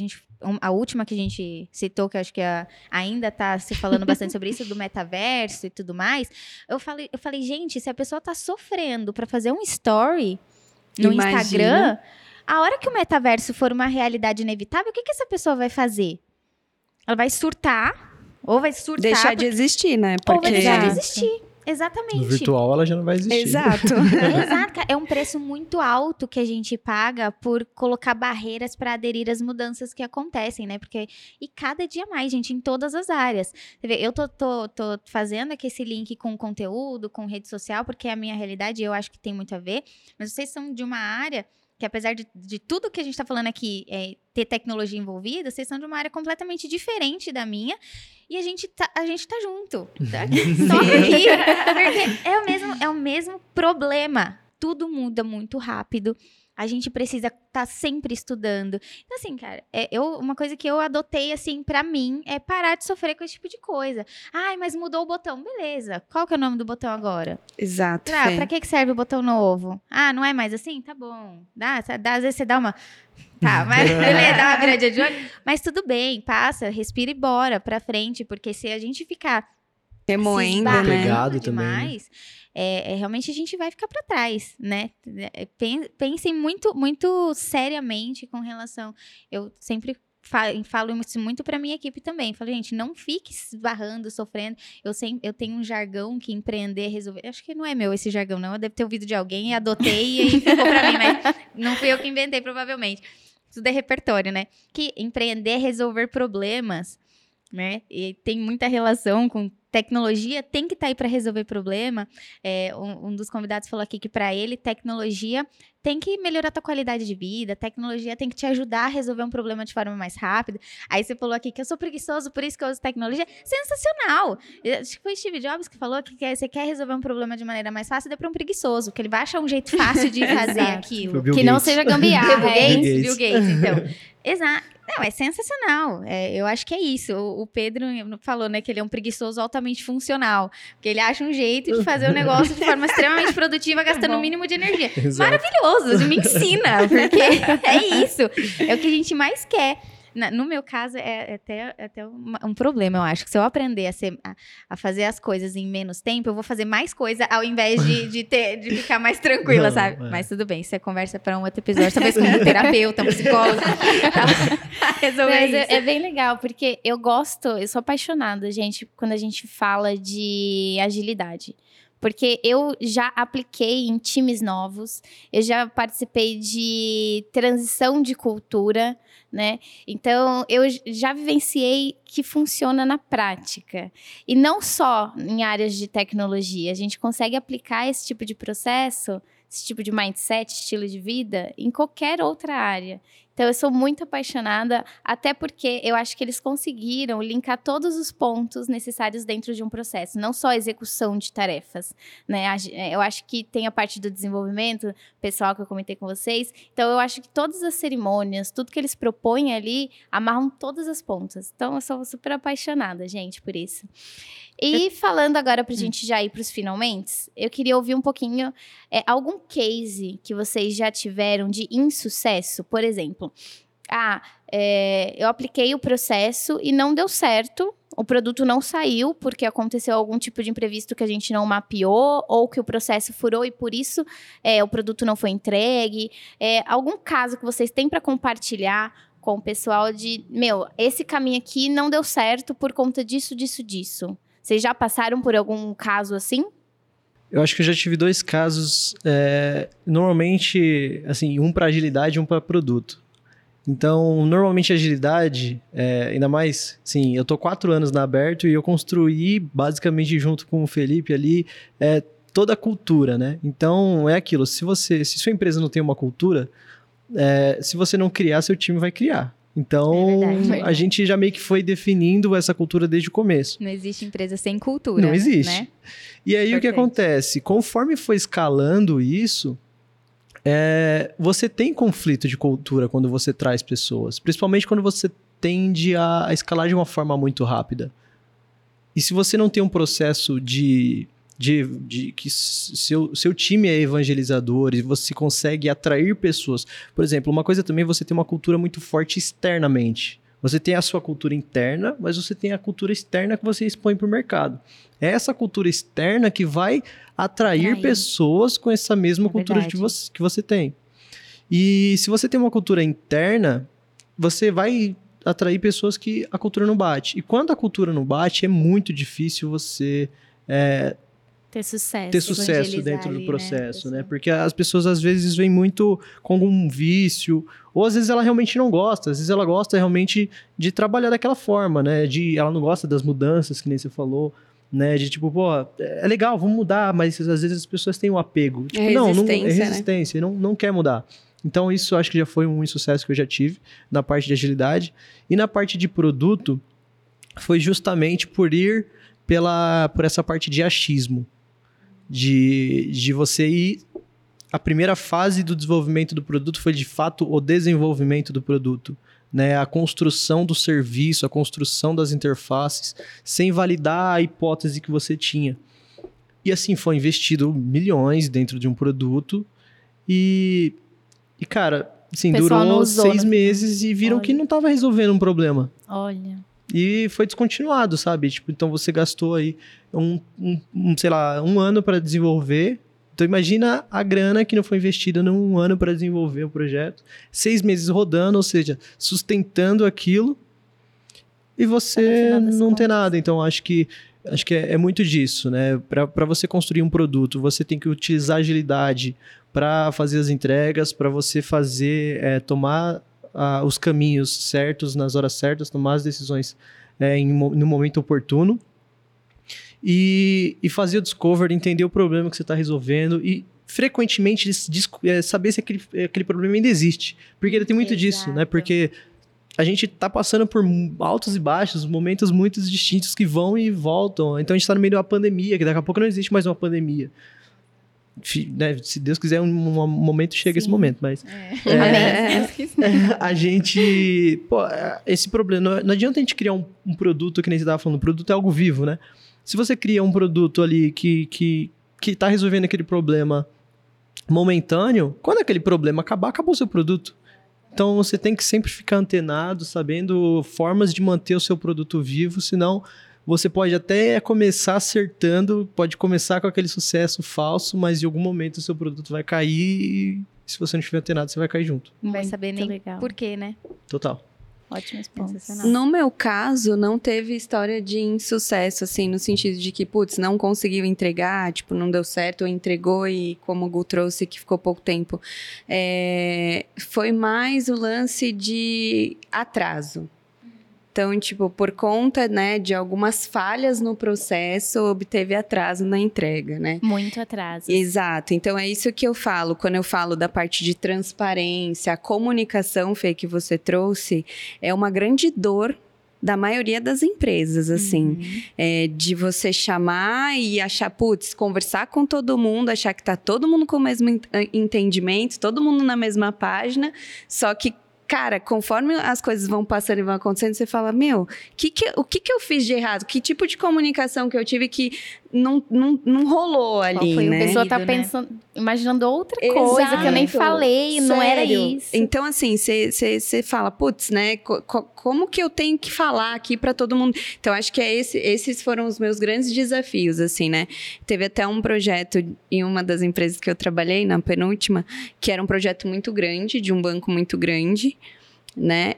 a última que a gente citou, que eu acho que ainda tá se falando bastante sobre isso, do metaverso e tudo mais, eu falei, gente, se a pessoa tá sofrendo para fazer um story no Imagina. Instagram, a hora que o metaverso for uma realidade inevitável, o que essa pessoa vai fazer? Ela vai surtar, ou vai surtar... Deixar de existir, né? Ou vai Porque deixar de Exato. existir. Exatamente. No virtual ela já não vai existir. Exato. Exato, cara. É um preço muito alto que a gente paga por colocar barreiras para aderir às mudanças que acontecem, né? E cada dia mais, gente, em todas as áreas. Você vê, eu tô fazendo aqui esse link com conteúdo, com rede social, porque é a minha realidade e eu acho que tem muito a ver. Mas vocês são de uma área que, apesar de tudo que a gente tá falando aqui ter tecnologia envolvida, vocês são de uma área completamente diferente da minha. E a gente tá junto. Tá? Só aqui. Porque é o mesmo problema. Tudo muda muito rápido. A gente precisa estar sempre estudando. Então, assim, cara, uma coisa que eu adotei, assim, pra mim, é parar de sofrer com esse tipo de coisa. Ai, mas mudou o botão. Beleza. Qual que é o nome do botão agora? Exato. Pra que serve o botão novo? Ah, não é mais assim? Tá bom. Às vezes você dá uma... Tá, mas beleza, dá uma viradinha de olho. Mas tudo bem, passa, respira e bora pra frente. Porque se a gente ficar remoendo, né? Pegado demais, realmente a gente vai ficar para trás, né? Pensem muito, muito seriamente com relação. Eu sempre falo isso muito para minha equipe também. Falo, gente, não fique esbarrando, sofrendo. Eu tenho um jargão que empreender, resolver. Acho que não é meu esse jargão, não. Eu devo ter ouvido de alguém e adotei e aí ficou para mim, mas não fui eu que inventei, provavelmente. Tudo é repertório, né? Que empreender é resolver problemas, né? E tem muita relação com tecnologia, tem que estar aí para resolver problema. Um dos convidados falou aqui que para ele tecnologia tem que melhorar a tua qualidade de vida, tecnologia tem que te ajudar a resolver um problema de forma mais rápida. Aí você falou aqui que eu sou preguiçoso, por isso que eu uso tecnologia. Sensacional! Acho que foi Steve Jobs que falou que você quer resolver um problema de maneira mais fácil, dê para um preguiçoso, porque ele vai achar um jeito fácil de fazer aquilo. Bill Que não Gates. seja gambiarra, hein? Bill Gates, então. Exato. Não, é sensacional. Eu acho que é isso. O Pedro falou, né, que ele é um preguiçoso altamente funcional. Porque ele acha um jeito de fazer o negócio de forma extremamente produtiva, gastando o mínimo de energia. Exato. Maravilhoso, me ensina, porque é isso. É o que a gente mais quer. No meu caso, é até um problema, eu acho. Que se eu aprender a fazer as coisas em menos tempo, eu vou fazer mais coisa ao invés de ficar mais tranquila, Não, sabe? Mas tudo bem, isso é conversa para um outro episódio, talvez com um terapeuta, um psicólogo. Resolver Mas isso. é bem legal, porque eu sou apaixonada, gente, quando a gente fala de agilidade. Porque eu já apliquei em times novos, eu já participei de transição de cultura, né? Então, eu já vivenciei que funciona na prática. E não só em áreas de tecnologia. A gente consegue aplicar esse tipo de processo, esse tipo de mindset, estilo de vida, em qualquer outra área. Então, eu sou muito apaixonada, até porque eu acho que eles conseguiram linkar todos os pontos necessários dentro de um processo, não só a execução de tarefas, né? Eu acho que tem a parte do desenvolvimento pessoal que eu comentei com vocês. Então, eu acho que todas as cerimônias, tudo que eles propõem ali, amarram todas as pontas. Então, eu sou super apaixonada, gente, por isso. E falando agora pra gente já ir pros finalmente, eu queria ouvir um pouquinho, algum case que vocês já tiveram de insucesso, por exemplo. Eu apliquei o processo e não deu certo, o produto não saiu porque aconteceu algum tipo de imprevisto que a gente não mapeou, ou que o processo furou e por isso o produto não foi entregue. Algum caso que vocês têm para compartilhar com o pessoal de, esse caminho aqui não deu certo por conta disso, disso, disso. Vocês já passaram por algum caso assim? Eu acho que eu já tive 2 casos, normalmente, assim, um para agilidade e um para produto. Então, normalmente agilidade, ainda mais, sim, eu tô 4 anos na Aberto e eu construí, basicamente, junto com o Felipe ali, toda a cultura, né? Então, é aquilo, se sua empresa não tem uma cultura, se você não criar, seu time vai criar. Então, verdade. a gente já meio que foi definindo essa cultura desde o começo. Não existe empresa sem cultura. Não existe. Né? E aí, o que acontece? Conforme foi escalando isso, você tem conflito de cultura quando você traz pessoas. Principalmente quando você tende a escalar de uma forma muito rápida. E se você não tem um processo de que seu time é evangelizador e você consegue atrair pessoas. Por exemplo, uma coisa também, você tem uma cultura muito forte externamente. Você tem a sua cultura interna, mas você tem a cultura externa que você expõe para o mercado. É essa cultura externa que vai atrair pessoas com essa mesma cultura que você tem. E se você tem uma cultura interna, você vai atrair pessoas que a cultura não bate. E quando a cultura não bate, é muito difícil você Ter sucesso. ter sucesso evangelizar dentro ali, do né, processo, né? pessoal. Porque as pessoas às vezes vêm muito com algum vício, ou às vezes ela realmente não gosta, às vezes ela gosta realmente de trabalhar daquela forma, né? Ela não gosta das mudanças, que nem você falou, né? De tipo, pô, é legal, vamos mudar, mas às vezes as pessoas têm um apego. Tipo, não, é resistência, né? resistência, não quer mudar. Então isso eu acho que já foi um insucesso que eu já tive na parte de agilidade. E na parte de produto, foi justamente por ir por essa parte de achismo. De você ir... A primeira fase do desenvolvimento do produto foi, de fato, o desenvolvimento do produto, né? A construção do serviço, a construção das interfaces, sem validar a hipótese que você tinha. E assim, foi investido milhões dentro de um produto e cara, assim, O pessoal não durou usou, 6 né? meses e viram que não estava resolvendo um problema. Olha. E foi descontinuado, sabe? Tipo, então você gastou aí sei lá, 1 ano para desenvolver. Então imagina a grana que não foi investida num ano para desenvolver o projeto. 6 meses rodando, ou seja, sustentando aquilo. E você No final das não ter contas. nada. Então acho que é muito disso, né? Para você construir um produto, você tem que utilizar agilidade para fazer as entregas, para você tomar os caminhos certos nas horas certas, tomar as decisões no momento oportuno e fazer o discovery, entender o problema que você está resolvendo e frequentemente saber se aquele problema ainda existe. Porque tem muito disso, né? Porque a gente está passando por altos e baixos, momentos muito distintos que vão e voltam. Então a gente está no meio de uma pandemia, que daqui a pouco não existe mais uma pandemia. Né? Se Deus quiser, um momento chega esse momento, mas a gente, esse problema, não adianta a gente criar um produto, que nem você estava falando, o produto é algo vivo, né? Se você cria um produto ali que está resolvendo aquele problema momentâneo, quando aquele problema acabar, acabou o seu produto. Então você tem que sempre ficar antenado, sabendo formas de manter o seu produto vivo, senão você pode até começar acertando, pode começar com aquele sucesso falso, mas em algum momento o seu produto vai cair e se você não estiver antenado, você vai cair junto. Não vai Muito saber nem legal. por quê, né? Total. Ótimos pontos. Sensacional. No meu caso, não teve história de insucesso, assim, no sentido de que, putz, não conseguiu entregar, tipo, não deu certo, ou entregou e, como o Gu trouxe, que ficou pouco tempo. Foi mais o lance de atraso. Então, tipo, por conta, né, de algumas falhas no processo, obteve atraso na entrega, né? Muito atraso. Exato. Então, é isso que eu falo. Quando eu falo da parte de transparência, a comunicação, Fê, que você trouxe, é uma grande dor da maioria das empresas, assim. De você chamar e achar, putz, conversar com todo mundo, achar que tá todo mundo com o mesmo entendimento, todo mundo na mesma página, só que cara, conforme as coisas vão passando e vão acontecendo, você fala, meu, o que eu fiz de errado? Que tipo de comunicação que eu tive que não rolou ali, Qual foi? né? A pessoa tá Né? pensando, imaginando outra coisa que eu nem Exato. falei, não era Sério. isso. Então, assim, você fala, putz, né? Como que eu tenho que falar aqui pra todo mundo? Então, acho que esses foram os meus grandes desafios, assim, né? Teve até um projeto em uma das empresas que eu trabalhei, na penúltima, que era um projeto muito grande, de um banco muito grande, né?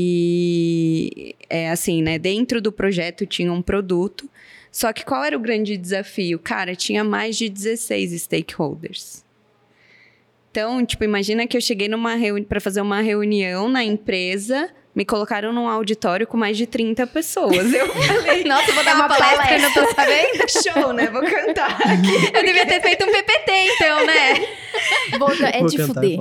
E, assim, né? Dentro do projeto tinha um produto. Só que qual era o grande desafio? Cara, tinha mais de 16 stakeholders. Então, tipo, imagina que eu cheguei para fazer uma reunião na empresa, me colocaram num auditório com mais de 30 pessoas. Eu falei, Nossa, eu vou dar uma palestra, não tô sabendo. show, né? Vou cantar aqui. Eu devia ter feito um PPT, então, né? É Vou de cantar, fuder.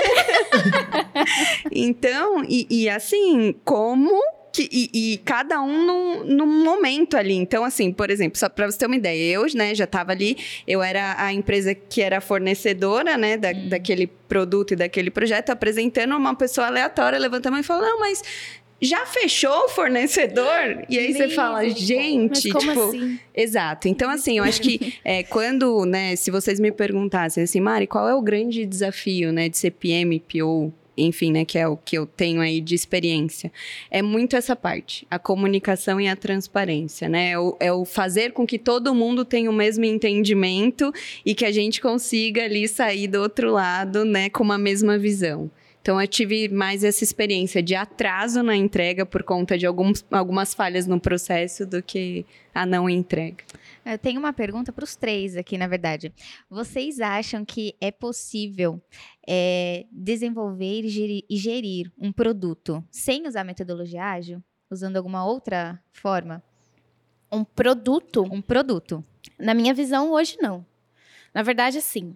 Então, e assim, como... E cada um num momento ali. Então, assim, por exemplo, só para você ter uma ideia, eu, né, já estava ali, eu era a empresa que era fornecedora, né, daquele produto e daquele projeto, apresentando uma pessoa aleatória, levanta a mão e fala, não, mas já fechou o fornecedor? E aí você fala, gente... Mas como tipo, assim? Exato. Então, assim, eu acho que quando, né, se vocês me perguntassem assim, Mari, qual é o grande desafio, né, de ser PM, PO, enfim, né, que é o que eu tenho aí de experiência, é muito essa parte, a comunicação e a transparência, né, é o fazer com que todo mundo tenha o mesmo entendimento e que a gente consiga ali sair do outro lado, né, com uma mesma visão. Então, eu tive mais essa experiência de atraso na entrega por conta de algumas falhas no processo do que a não entrega. Eu tenho uma pergunta para os três aqui, na verdade. Vocês acham que é possível desenvolver e gerir um produto sem usar metodologia ágil? Usando alguma outra forma? Um produto? Um produto. Na minha visão, hoje não. Na verdade, assim,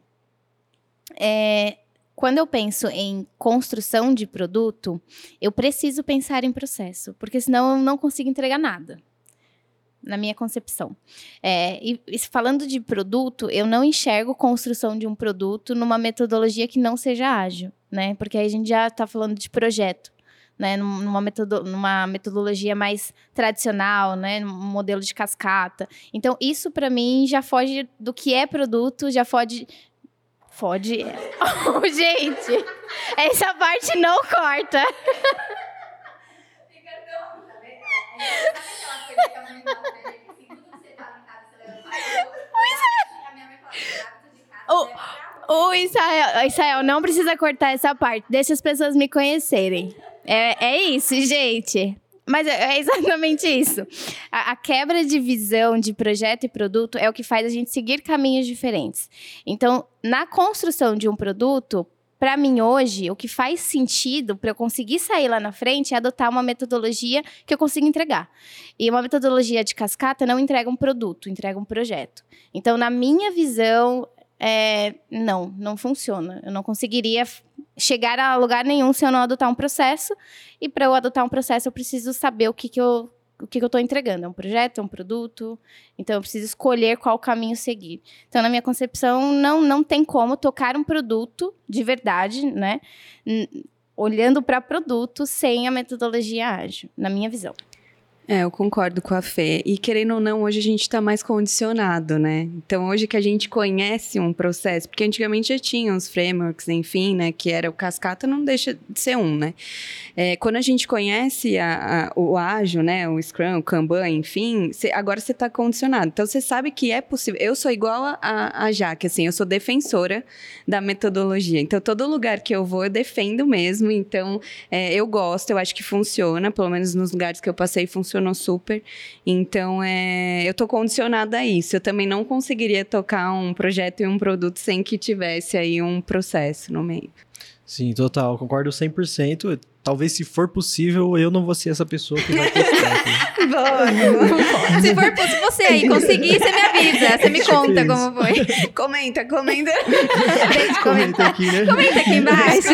quando eu penso em construção de produto, eu preciso pensar em processo, porque senão eu não consigo entregar nada. Na minha concepção. E falando de produto, eu não enxergo construção de um produto numa metodologia que não seja ágil, né? Porque aí a gente já está falando de projeto, né? Numa metodologia mais tradicional, né? Num modelo de cascata. Então, isso para mim já foge do que é produto, já foge... Oh, gente! Essa parte não corta! O Israel não precisa cortar essa parte. Deixa as pessoas me conhecerem. É isso, gente. Mas é exatamente isso. A quebra de visão de projeto e produto é o que faz a gente seguir caminhos diferentes. Então, na construção de um produto, para mim hoje, o que faz sentido para eu conseguir sair lá na frente é adotar uma metodologia que eu consiga entregar. E uma metodologia de cascata não entrega um produto, entrega um projeto. Então, na minha visão, não funciona. Eu não conseguiria chegar a lugar nenhum se eu não adotar um processo. E para eu adotar um processo, eu preciso saber o que eu estou entregando. É um projeto, é um produto. Então, eu preciso escolher qual caminho seguir. Então, na minha concepção, não tem como tocar um produto de verdade, né? Olhando para produto sem a metodologia ágil, na minha visão. Eu concordo com a Fê. E querendo ou não, hoje a gente está mais condicionado, né? Então, hoje que a gente conhece um processo, porque antigamente já tinha os frameworks, enfim, né? Que era o cascata, não deixa de ser um, né? Quando a gente conhece o ágil, né? O Scrum, o Kanban, enfim, agora você está condicionado. Então, você sabe que é possível. Eu sou igual a Jaque, assim, eu sou defensora da metodologia. Então, todo lugar que eu vou, eu defendo mesmo. Então, eu gosto, eu acho que funciona, pelo menos nos lugares que eu passei, funcionou super. Então, eu tô condicionada a isso. Eu também não conseguiria tocar um projeto e um produto sem que tivesse aí um processo no meio. Sim, total. Concordo 100%. Talvez, se for possível, eu não vou ser essa pessoa que vai testar. Se for possível, você aí conseguir, você me avisa. Você me conta como foi. Comenta. Comenta aqui, né? Comenta aqui embaixo.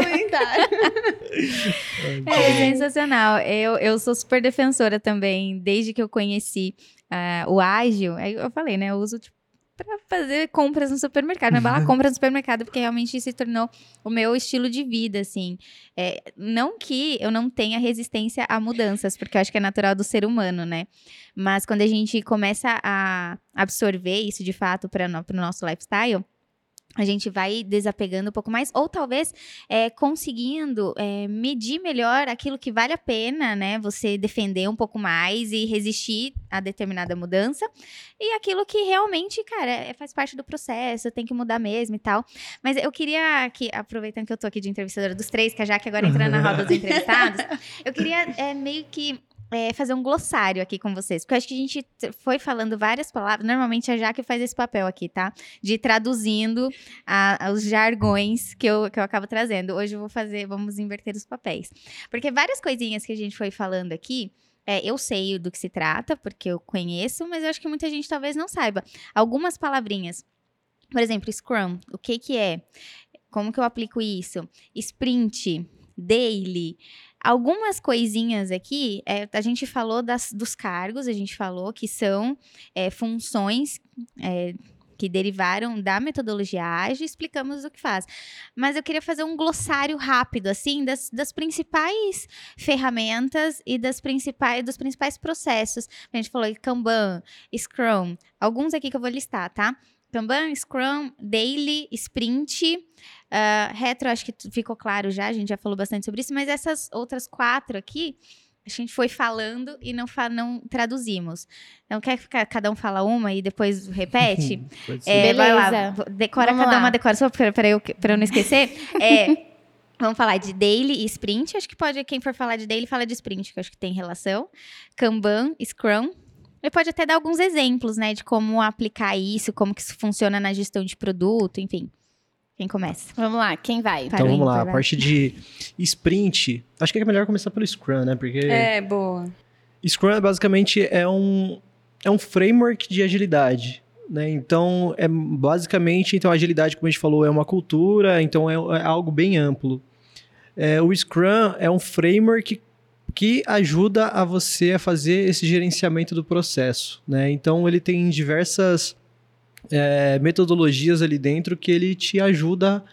Ai, Sensacional. Eu sou super defensora também, desde que eu conheci o ágil. Aí eu falei, né? Eu uso para fazer compras no supermercado, embalar compras no supermercado, porque realmente se tornou o meu estilo de vida, assim. Não que eu não tenha resistência a mudanças, porque eu acho que é natural do ser humano, né? Mas quando a gente começa a absorver isso de fato para o nosso lifestyle, a gente vai desapegando um pouco mais, ou talvez conseguindo medir melhor aquilo que vale a pena, né? Você defender um pouco mais e resistir a determinada mudança, e aquilo que realmente, cara, faz parte do processo, tem que mudar mesmo e tal. Mas eu queria, aproveitando que eu tô aqui de entrevistadora dos três, que a Jaque agora entrando na roda dos entrevistados, eu queria meio que fazer um glossário aqui com vocês, porque eu acho que a gente foi falando várias palavras, normalmente a Jaque faz esse papel aqui, tá? De traduzindo os jargões que eu acabo trazendo. Hoje vamos inverter os papéis. Porque várias coisinhas que a gente foi falando aqui, eu sei do que se trata, porque eu conheço, mas eu acho que muita gente talvez não saiba. Algumas palavrinhas, por exemplo, Scrum, o que é? Como que eu aplico isso? Sprint, Daily... Algumas coisinhas aqui, a gente falou dos cargos, a gente falou que são funções que derivaram da metodologia ágil, explicamos o que faz. Mas eu queria fazer um glossário rápido, assim, das principais ferramentas e dos principais processos. A gente falou de Kanban, Scrum, alguns aqui que eu vou listar, tá? Kanban, Scrum, Daily, Sprint, Retro, acho que ficou claro já, a gente já falou bastante sobre isso, mas essas outras 4 aqui, a gente foi falando e não traduzimos. Então, quer que cada um fala uma e depois repete? Beleza. Vai lá, decora, cada uma decora, só para eu não esquecer. Vamos falar de daily e sprint. Acho que pode, quem for falar de daily, fala de sprint, que eu acho que tem relação. Kanban, Scrum. Ele pode até dar alguns exemplos, né, de como aplicar isso, como que isso funciona na gestão de produto, enfim. Quem começa? Vamos lá, quem vai? Então vamos lá, a vai. parte de sprint. Acho que é melhor começar pelo Scrum, né? Porque Boa. Scrum basicamente é um framework de agilidade, né? Então, basicamente, a agilidade, como a gente falou, é uma cultura, então é algo bem amplo. O Scrum é um framework que ajuda a você a fazer esse gerenciamento do processo, né? Então, ele tem diversas metodologias ali dentro que ele te ajuda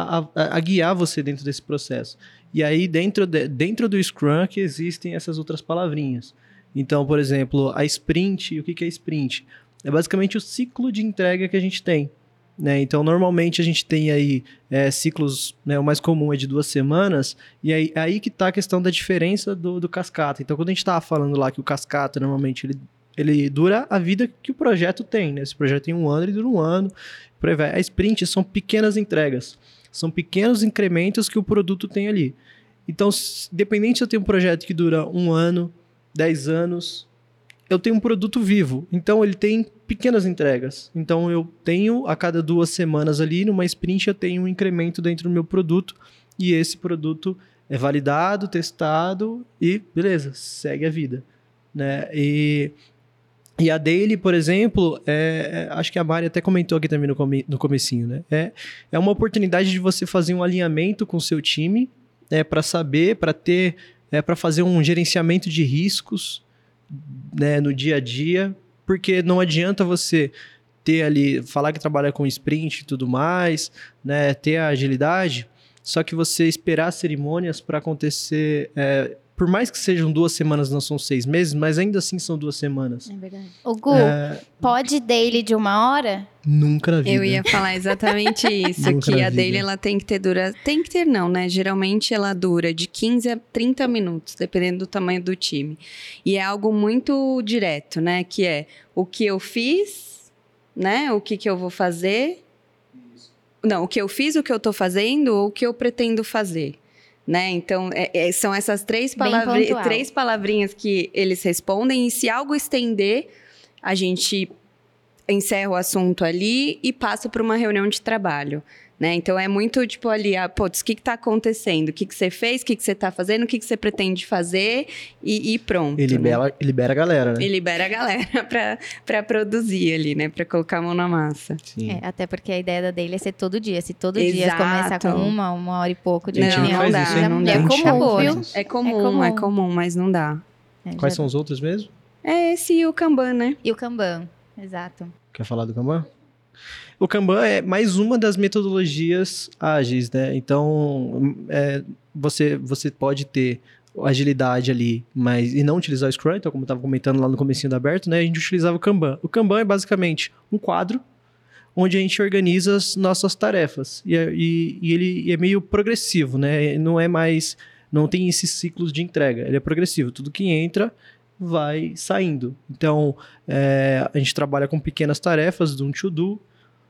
a guiar você dentro desse processo. E aí, dentro do Scrum, que existem essas outras palavrinhas. Então, por exemplo, a sprint, o que é sprint? É basicamente o ciclo de entrega que a gente tem, né? Então, normalmente a gente tem aí ciclos, né, o mais comum é de 2 semanas, e aí que está a questão da diferença do cascata. Então, quando a gente estava falando lá que o cascata, normalmente, ele dura a vida que o projeto tem, né? Se o projeto tem 1 ano, ele dura 1 ano. Por aí vai. A sprint são pequenas entregas, são pequenos incrementos que o produto tem ali. Então, independente se eu tenho um projeto que dura 1 ano, 10 anos, eu tenho um produto vivo. Então, ele tem pequenas entregas. Então, eu tenho, a cada 2 semanas ali, numa sprint, eu tenho um incremento dentro do meu produto. E esse produto é validado, testado e, beleza, segue a vida, né? E a daily, por exemplo, acho que a Mari até comentou aqui também no comecinho, né? É uma oportunidade de você fazer um alinhamento com o seu time, para saber, para fazer um gerenciamento de riscos, né, no dia a dia, porque não adianta você ter ali, falar que trabalha com sprint e tudo mais, né, ter a agilidade, só que você esperar cerimônias para acontecer, por mais que sejam 2 semanas, não são 6 meses, mas ainda assim são 2 semanas. É verdade. O Gu, pode daily de 1 hora? Nunca na vida. Eu ia falar exatamente isso, Nunca que na a vida. dele ela tem que ter tem que ter não, né? Geralmente ela dura de 15 a 30 minutos, dependendo do tamanho do time. E é algo muito direto, né? Que é o que eu fiz, né? O que eu vou fazer. Não, o que eu fiz, o que eu tô fazendo, ou o que eu pretendo fazer. Né? Então, são essas 3 pontual. palavrinhas que eles respondem, e se algo estender, a gente encerra o assunto ali e passa para uma reunião de trabalho, né? Então, é muito, tipo, ali, putz, o que está acontecendo? O que você fez? O que você está fazendo? O que você pretende fazer? E pronto. E libera a galera, né? E libera a galera para produzir ali, né? Para colocar a mão na massa. Sim. Até porque a ideia da daily é ser todo dia. Se todo dia Exato. começar com uma hora e pouco de Tem time que reunião, faz isso, hein? não É dá. comum, acabou, viu? né? É comum, mas não dá. Quais são os outros mesmo? É esse e o Kanban, né? E o Kanban, exato. Quer falar do Kanban? O Kanban é mais uma das metodologias ágeis, né? Então, você pode ter agilidade ali, e não utilizar o Scrum. Então, como eu estava comentando lá no comecinho da Aberto, né? A gente utilizava o Kanban. O Kanban é basicamente um quadro onde a gente organiza as nossas tarefas. E ele é meio progressivo, né? Não tem esses ciclos de entrega. Ele é progressivo. Tudo que entra vai saindo. Então, a gente trabalha com pequenas tarefas, do to-do,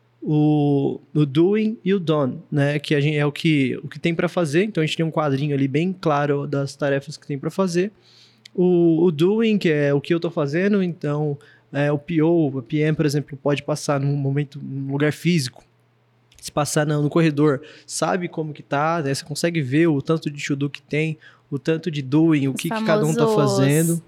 o doing e o done, né? Que é o que tem para fazer. Então, a gente tem um quadrinho ali bem claro das tarefas que tem para fazer. O doing, que é o que eu estou fazendo. Então, o PO, a PM, por exemplo, pode passar num lugar físico. Se passar no corredor, sabe como que tá, né? Você consegue ver o tanto de to-do que tem, o tanto de doing, o que cada um tá fazendo.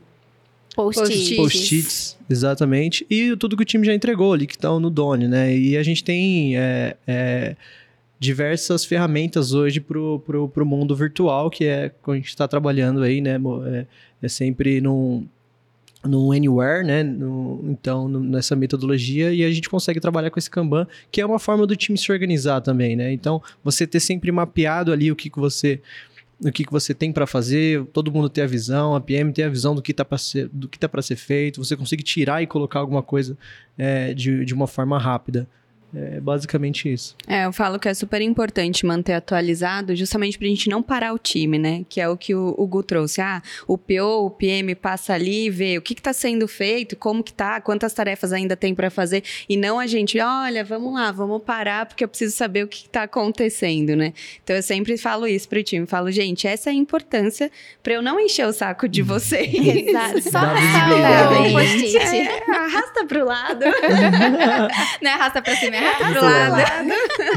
Post-its, exatamente. E tudo que o time já entregou ali, que estão no Done, né? E a gente tem diversas ferramentas hoje pro mundo virtual, que é quando a gente está trabalhando aí, né? É sempre no Anywhere, né? Nessa metodologia, e a gente consegue trabalhar com esse Kanban, que é uma forma do time se organizar também, né? Então, você ter sempre mapeado ali o que você tem para fazer, todo mundo ter a visão, a PM ter a visão do que tá para ser feito, você consegue tirar e colocar alguma coisa de uma forma rápida. É basicamente isso. Eu falo que é super importante manter atualizado, justamente pra gente não parar o time, né? Que é o que o Gu trouxe. O PO, o PM passa ali e vê o que tá sendo feito, como que tá, quantas tarefas ainda tem pra fazer. E não a gente, olha, vamos lá, vamos parar, porque eu preciso saber o que tá acontecendo, né? Então eu sempre falo isso pro time. Falo, gente, essa é a importância pra eu não encher o saco de vocês. Exato. Só Dá arrastar o visibilidade. post-it. Arrasta pro lado. Não é arrasta pra cima, é arrasta pro Pro lado. lado.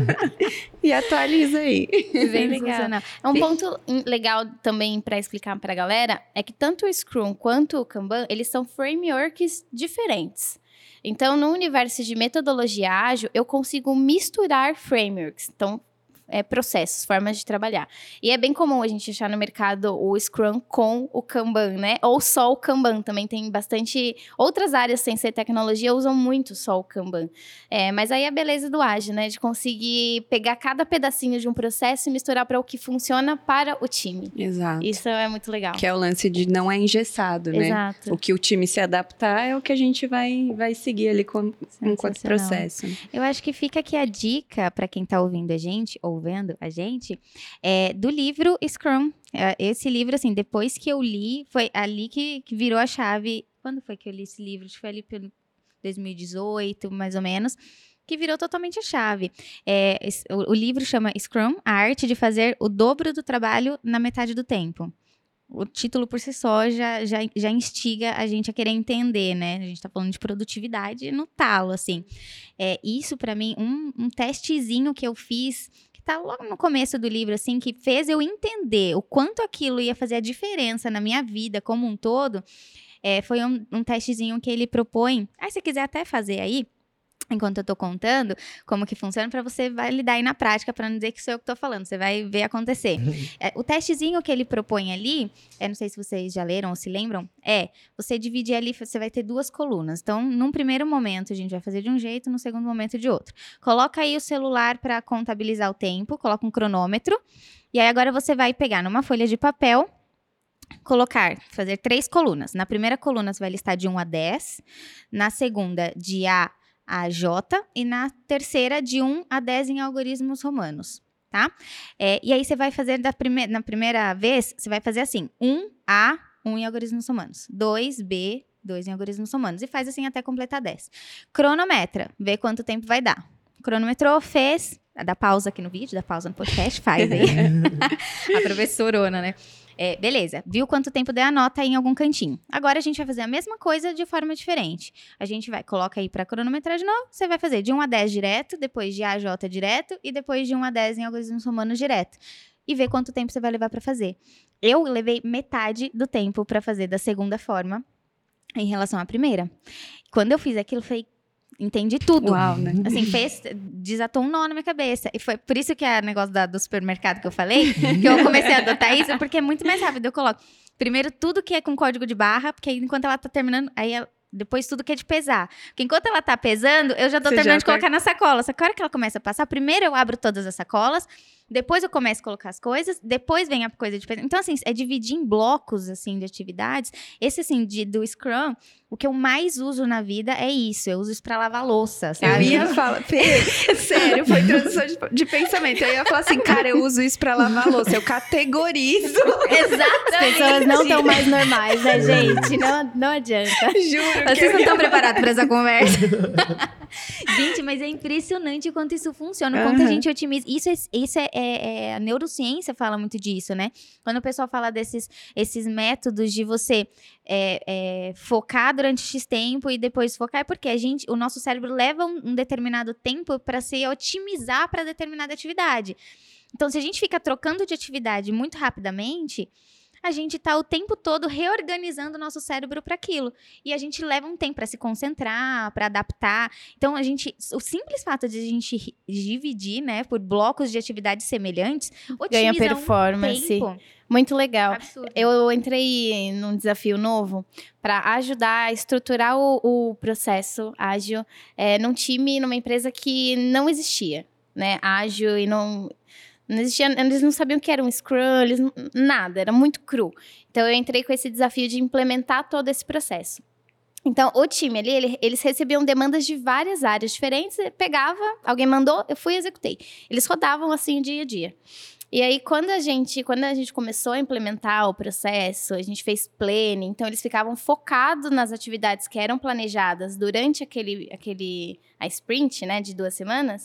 E atualiza aí. Bem legal. Sensacional. É um ponto legal também para explicar para a galera, é que tanto o Scrum quanto o Kanban, eles são frameworks diferentes. Então, no universo de metodologia ágil, eu consigo misturar frameworks. Então, processos, formas de trabalhar. E é bem comum a gente achar no mercado o Scrum com o Kanban, né? Ou só o Kanban. Também tem bastante... Outras áreas sem ser tecnologia usam muito só o Kanban. Mas aí a beleza do ágil, né? De conseguir pegar cada pedacinho de um processo e misturar para o que funciona para o time. Exato. Isso é muito legal. Que é o lance de não é engessado, né? Exato. O que o time se adaptar é o que a gente vai seguir ali enquanto Sensacional. processo. Eu acho que fica aqui a dica para quem tá ouvindo a gente, ou vendo a gente, do livro Scrum. Esse livro, assim, depois que eu li, foi ali que virou a chave. Quando foi que eu li esse livro? Acho que foi ali pelo 2018, mais ou menos, que virou totalmente a chave. O livro chama Scrum, a arte de fazer o dobro do trabalho na metade do tempo. O título por si só já instiga a gente a querer entender, né? A gente tá falando de produtividade no talo, assim. Isso, pra mim, um testezinho que eu fiz, que tá logo no começo do livro, assim, que fez eu entender o quanto aquilo ia fazer a diferença na minha vida como um todo, foi um testezinho que ele propõe. Se você quiser até fazer aí, enquanto eu tô contando como que funciona, para você validar aí na prática, para não dizer que sou eu que tô falando, você vai ver acontecer. O testezinho que ele propõe ali, não sei se vocês já leram ou se lembram, você dividir ali, você vai ter 2 colunas. Então, num primeiro momento, a gente vai fazer de um jeito, no segundo momento, de outro. Coloca aí o celular para contabilizar o tempo, coloca um cronômetro, e aí agora você vai pegar numa folha de papel, fazer 3 colunas. Na primeira coluna, você vai listar de 1 a 10, na segunda, de A a J, e na terceira de 1 a 10 em algoritmos romanos, tá? E aí você vai fazer na primeira vez, você vai fazer assim, 1A, 1 em algoritmos romanos, 2B, 2 em algoritmos romanos, e faz assim até completar 10. Cronometra, vê quanto tempo vai dar. Cronometrou, fez, dá pausa aqui no vídeo, dá pausa no podcast, faz aí. A professorona, né? Beleza, viu quanto tempo der, anota aí em algum cantinho. Agora a gente vai fazer a mesma coisa de forma diferente. A gente coloca aí para cronometrar de novo, você vai fazer de 1 a 10 direto, depois de A a J direto, e depois de 1 a 10 em algoritmos romanos direto. E ver quanto tempo você vai levar para fazer. Eu levei metade do tempo para fazer da segunda forma em relação à primeira. Quando eu fiz aquilo, eu falei, entendi tudo. Uau, né? Assim, desatou um nó na minha cabeça. E foi por isso que é o negócio do supermercado que eu falei, que eu comecei a adotar isso, porque é muito mais rápido. Eu coloco primeiro tudo que é com código de barra, porque aí enquanto ela tá terminando, depois tudo que é de pesar. Porque enquanto ela tá pesando, eu já tô terminando de colocar na sacola. Só que a hora que ela começa a passar, primeiro eu abro todas as sacolas, depois eu começo a colocar as coisas, depois vem a coisa de pesar. Então, assim, é dividir em blocos, assim, de atividades. Esse, assim, do Scrum, o que eu mais uso na vida é isso. Eu uso isso pra lavar louça, sabe? Eu ia falar, sério, foi transição de pensamento. Eu ia falar assim, cara, eu uso isso pra lavar louça. Eu categorizo. Exatamente. As pessoas não estão mais normais, né, gente? Não adianta. Juro. Vocês não estão preparados para essa conversa. Gente, mas é impressionante o quanto isso funciona, o quanto a gente otimiza. Isso a neurociência fala muito disso, né? Quando o pessoal fala esses métodos de você focar durante X tempo e depois focar, é porque o nosso cérebro leva um determinado tempo para se otimizar para determinada atividade. Então, se a gente fica trocando de atividade muito rapidamente, a gente tá o tempo todo reorganizando o nosso cérebro para aquilo. E a gente leva um tempo para se concentrar, para adaptar. Então, o simples fato de a gente dividir, né, por blocos de atividades semelhantes, ganha otimiza performance. tempo. Muito legal. Absurdo. Eu entrei num desafio novo para ajudar a estruturar o processo ágil num time, numa empresa que não existia, né? Ágil e não existia, eles não sabiam o que era um Scrum, nada, era muito cru. Então, eu entrei com esse desafio de implementar todo esse processo. Então, o time ali, eles recebiam demandas de várias áreas diferentes. Pegava, alguém mandou, eu fui e executei. Eles rodavam assim o dia a dia. E aí, quando a gente começou a implementar o processo, a gente fez planning, então eles ficavam focados nas atividades que eram planejadas durante a sprint, né, de 2 semanas.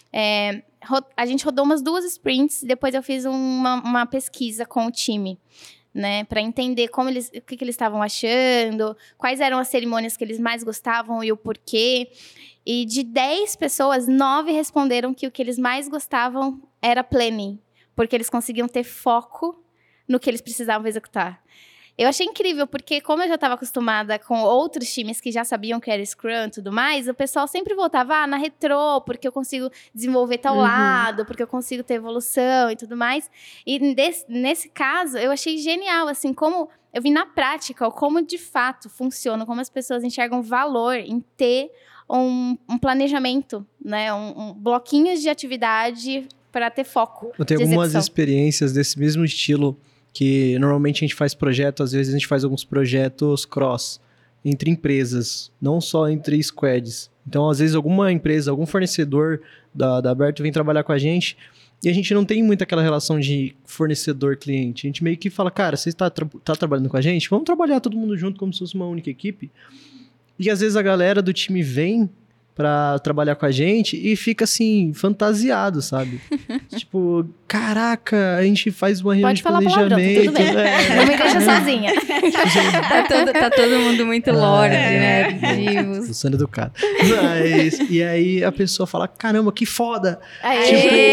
A gente rodou umas 2 sprints, depois eu fiz uma pesquisa com o time, né, para entender o que eles estavam achando, quais eram as cerimônias que eles mais gostavam e o porquê. E de 10 pessoas, 9 responderam que o que eles mais gostavam era planning, porque eles conseguiam ter foco no que eles precisavam executar. Eu achei incrível, porque como eu já estava acostumada com outros times que já sabiam que era Scrum e tudo mais, o pessoal sempre voltava na retrô, porque eu consigo desenvolver tal lado, porque eu consigo ter evolução e tudo mais. E nesse caso, eu achei genial, assim, como eu vi na prática, como de fato funciona, como as pessoas enxergam valor em ter um planejamento, né, bloquinhos de atividade para ter foco. Eu tenho algumas experiências desse mesmo estilo, que normalmente a gente faz projeto, às vezes a gente faz alguns projetos cross, entre empresas, não só entre squads. Então, às vezes, alguma empresa, algum fornecedor da Aberto vem trabalhar com a gente, e a gente não tem muito aquela relação de fornecedor-cliente. A gente meio que fala, cara, você está trabalhando com a gente? Vamos trabalhar todo mundo junto como se fosse uma única equipe. E às vezes a galera do time vem pra trabalhar com a gente e fica assim, fantasiado, sabe? Tipo, caraca, a gente faz uma reunião de planejamento. Pode falar palavrão, tá tudo bem. Não me deixa sozinha. Tá todo mundo muito lorde, né? Divos. Tô sendo educado. E aí a pessoa fala, caramba, que foda! Aê!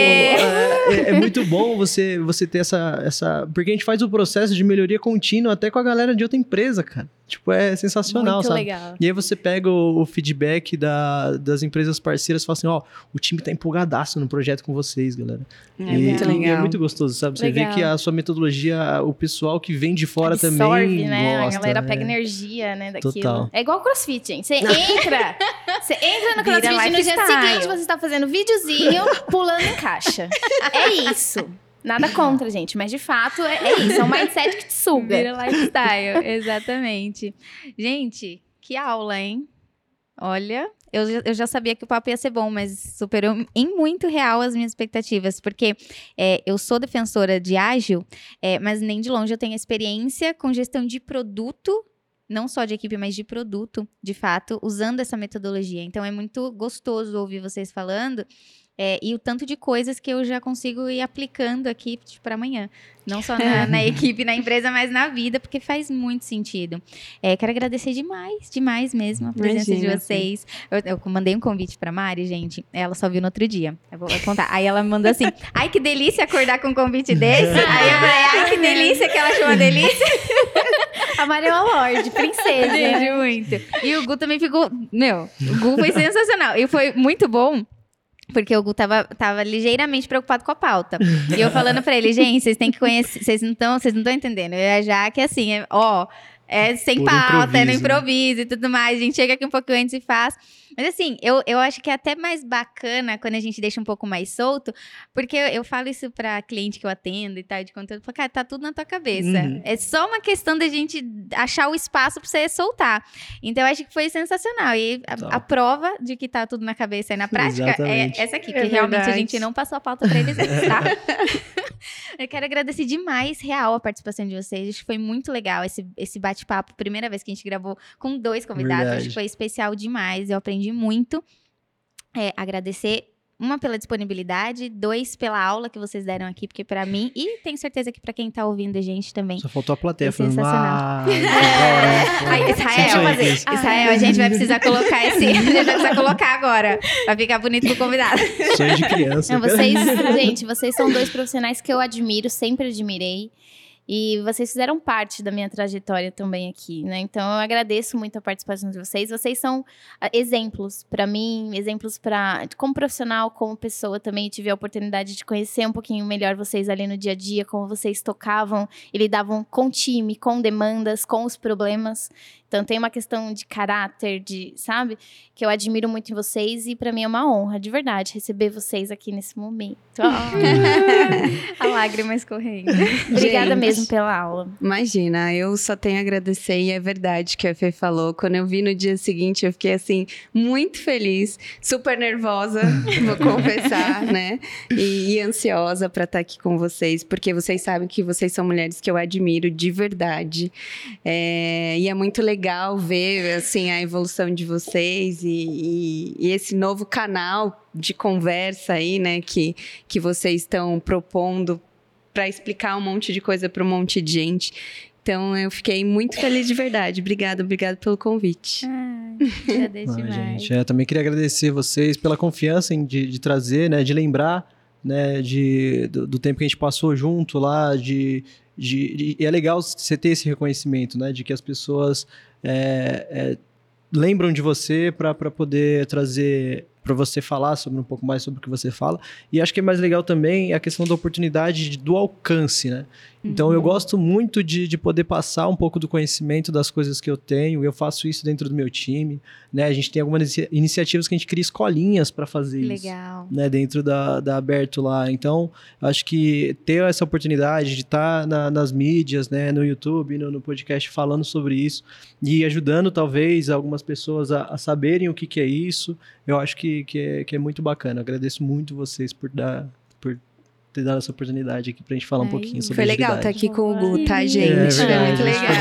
Tipo, é muito bom você ter essa... Porque a gente faz o processo de melhoria contínua até com a galera de outra empresa, cara. Tipo, é sensacional, muito sabe? Legal. E aí você pega o feedback das empresas parceiras e fala assim, ó, o time tá empolgadaço no projeto com vocês, galera. Muito legal. E é muito gostoso, sabe? Você vê que a sua metodologia, o pessoal que vem de fora absorve, também né? gosta. A galera pega energia, né, daquilo. Total. É igual CrossFit, gente. Você entra no CrossFit e no dia seguinte você tá fazendo videozinho pulando em caixa. É isso. Nada contra, gente, mas de fato é isso, é um mindset que te suga. Vira lifestyle, exatamente. Gente, que aula, hein? Olha, eu já sabia que o papo ia ser bom, mas superou em muito real as minhas expectativas, porque eu sou defensora de ágil, mas nem de longe eu tenho experiência com gestão de produto, não só de equipe, mas de produto, de fato, usando essa metodologia. Então, é muito gostoso ouvir vocês falando. E o tanto de coisas que eu já consigo ir aplicando aqui para amanhã. Não só na equipe, na empresa, mas na vida, porque faz muito sentido. Quero agradecer demais mesmo a presença de vocês. Eu mandei um convite pra Mari, gente. Ela só viu no outro dia. Eu vou contar. Aí ela me mandou assim, ai, que delícia acordar com um convite desse. Aí eu falei, ai, que delícia, que ela achou uma delícia. A Mari é uma lorde, princesa. Gente, muito. E o Gu também ficou... o Gu foi sensacional. E foi muito bom. Porque o Gu tava ligeiramente preocupado com a pauta. E eu falando pra ele, gente, vocês têm que conhecer, vocês não estão entendendo. Eu ia já que assim, sem por pauta, é no improviso, improviso e tudo mais. A gente chega aqui um pouco antes e faz. Mas assim, eu acho que é até mais bacana quando a gente deixa um pouco mais solto, porque eu falo isso pra cliente que eu atendo e tal, de conteúdo, eu falo, cara, tá tudo na tua cabeça. É só uma questão da gente achar o espaço pra você soltar. Então, eu acho que foi sensacional. E a prova de que tá tudo na cabeça e na prática Exatamente. é essa aqui, que realmente a gente não passou a pauta pra eles antes, tá? Eu quero agradecer demais, real, a participação de vocês. Acho que foi muito legal esse bate-papo. Primeira vez que a gente gravou com 2 convidados. Verdade. Acho que foi especial demais. Eu aprendi muito. Agradecer, 1, pela disponibilidade, 2, pela aula que vocês deram aqui, porque pra mim, e tenho certeza que pra quem tá ouvindo a gente também. Só faltou a plateia Foi falando, sensacional. Aí, Israel, a gente vai precisar colocar a gente vai precisar colocar agora, pra ficar bonito pro convidado. Sonho de criança. Não, vocês são 2 profissionais que eu admiro, sempre admirei. E vocês fizeram parte da minha trajetória também aqui, né? Então, eu agradeço muito a participação de vocês. Vocês são exemplos para mim, exemplos como profissional, como pessoa também. Tive a oportunidade de conhecer um pouquinho melhor vocês ali no dia a dia, como vocês tocavam e lidavam com o time, com demandas, com os problemas. Então, tem uma questão de caráter, sabe? Que eu admiro muito em vocês e pra mim é uma honra, de verdade, receber vocês aqui nesse momento. A lágrima escorrendo. Obrigada mesmo. mesmo pela aula. Imagina, eu só tenho a agradecer e é verdade que a Fê falou. Quando eu vi no dia seguinte, eu fiquei assim, muito feliz, super nervosa, vou confessar, né? E ansiosa pra estar aqui com vocês, porque vocês sabem que vocês são mulheres que eu admiro de verdade. E é muito legal ver, assim, a evolução de vocês e esse novo canal de conversa aí, né, que vocês estão propondo para explicar um monte de coisa para um monte de gente. Então, eu fiquei muito feliz de verdade. Obrigada pelo convite. Agradeço demais. Gente, eu também queria agradecer vocês pela confiança de trazer, né, de lembrar, né, do tempo que a gente passou junto lá, e é legal você ter esse reconhecimento, né, de que as pessoas lembram de você para poder trazer, para você falar um pouco mais sobre o que você fala. E acho que é mais legal também a questão da oportunidade do alcance, né? Então, eu gosto muito de poder passar um pouco do conhecimento das coisas que eu tenho. Eu faço isso dentro do meu time, né? A gente tem algumas iniciativas que a gente cria escolinhas para fazer isso. Legal. Né? Dentro da Aberto lá. Então, acho que ter essa oportunidade de estar nas mídias, né? No YouTube, no podcast, falando sobre isso e ajudando, talvez, algumas pessoas a saberem o que é isso, eu acho que é muito bacana. Eu agradeço muito vocês por ter dado essa oportunidade aqui pra gente falar um pouquinho sobre Foi legal estar aqui com o Gu, tá, gente? Foi muito legal.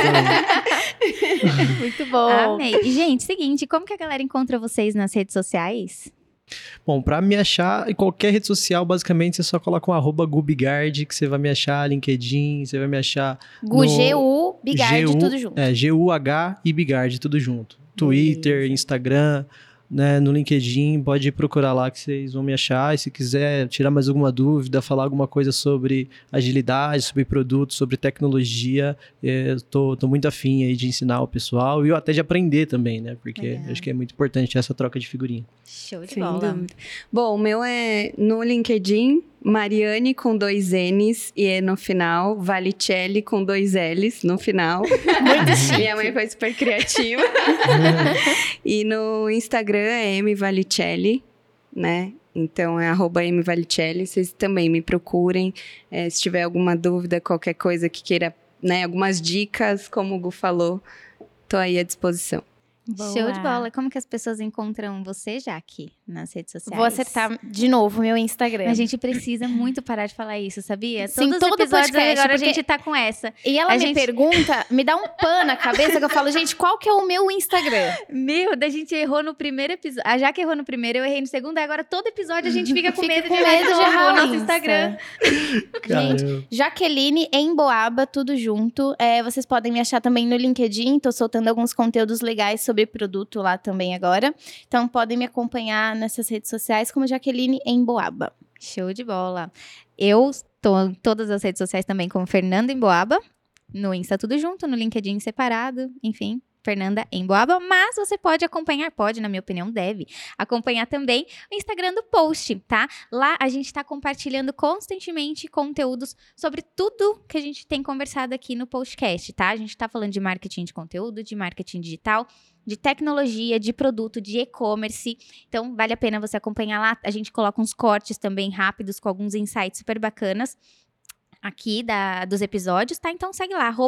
Muito bom. Amei. E, gente, seguinte, como que a galera encontra vocês nas redes sociais? Bom, pra me achar em qualquer rede social, basicamente, você só coloca um @gubigard, que você vai me achar, LinkedIn, você vai me achar Gu, Bigard, tudo junto. G-U-H e Bigard, tudo junto. Twitter, Instagram, né, no LinkedIn, pode procurar lá que vocês vão me achar. E se quiser tirar mais alguma dúvida, falar alguma coisa sobre agilidade, sobre produtos, sobre tecnologia, tô muito afim aí de ensinar o pessoal e até de aprender também, né? Porque acho que é muito importante essa troca de figurinha. Show de Sem bola. dúvida. Bom, o meu é no LinkedIn, Mariane com 2 N's e E no final, Valicelli com 2 L's no final. Muito chique. Minha mãe foi super criativa. E no Instagram é mvalicelli, né? Então é @mvalicelli. Vocês também me procurem. Se tiver alguma dúvida, qualquer coisa que queira, né? Algumas dicas, como o Gu falou, tô aí à disposição. Boa. Show de bola. Como que as pessoas encontram você, Jaque, nas redes sociais? Vou acertar de novo meu Instagram. A gente precisa muito parar de falar isso, sabia? Sim, Todos todo os episódios podcast, agora a porque- gente tá com essa. E ela A me gente- pergunta, me dá um pano na cabeça que eu falo, gente, qual que é o meu Instagram? Meu, da gente errou no primeiro episódio. A Jaque errou no primeiro, eu errei no segundo. Agora todo episódio a gente fica com medo de errar o nosso Instagram. Gente, Jaqueline Emboaba, tudo junto. Vocês podem me achar também no LinkedIn, tô soltando alguns conteúdos legais sobre produto lá também agora. Então podem me acompanhar nessas redes sociais como Jaqueline Emboaba. Show de bola. Eu tô em todas as redes sociais também como Fernanda Emboaba. No Insta tudo junto, no LinkedIn separado, enfim. Fernanda Emboaba, mas você pode acompanhar, na minha opinião, deve acompanhar também o Instagram do Post, tá? Lá a gente tá compartilhando constantemente conteúdos sobre tudo que a gente tem conversado aqui no podcast, tá? A gente tá falando de marketing de conteúdo, de marketing digital, de tecnologia, de produto, de e-commerce. Então, vale a pena você acompanhar lá. A gente coloca uns cortes também rápidos com alguns insights super bacanas aqui dos episódios, tá? Então, segue lá,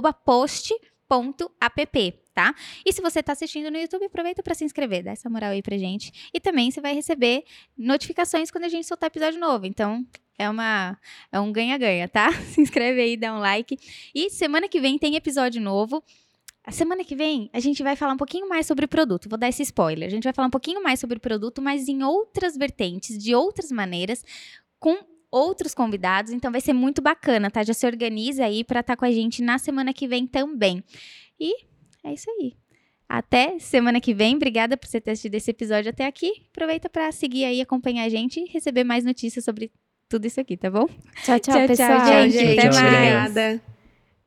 @post.app, tá? E se você tá assistindo no YouTube, aproveita para se inscrever, dá essa moral aí pra gente. E também você vai receber notificações quando a gente soltar episódio novo. Então, é um ganha-ganha, tá? Se inscreve aí, dá um like. E semana que vem tem episódio novo. A semana que vem, a gente vai falar um pouquinho mais sobre produto. Vou dar esse spoiler. A gente vai falar um pouquinho mais sobre produto, mas em outras vertentes, de outras maneiras, com outros convidados. Então, vai ser muito bacana, tá? Já se organiza aí pra estar com a gente na semana que vem também. E é isso aí. Até semana que vem. Obrigada por você ter assistido esse episódio até aqui. Aproveita pra seguir aí, acompanhar a gente e receber mais notícias sobre tudo isso aqui, tá bom? Tchau, pessoal. gente. Até Tchau, tchau. mais. Obrigada.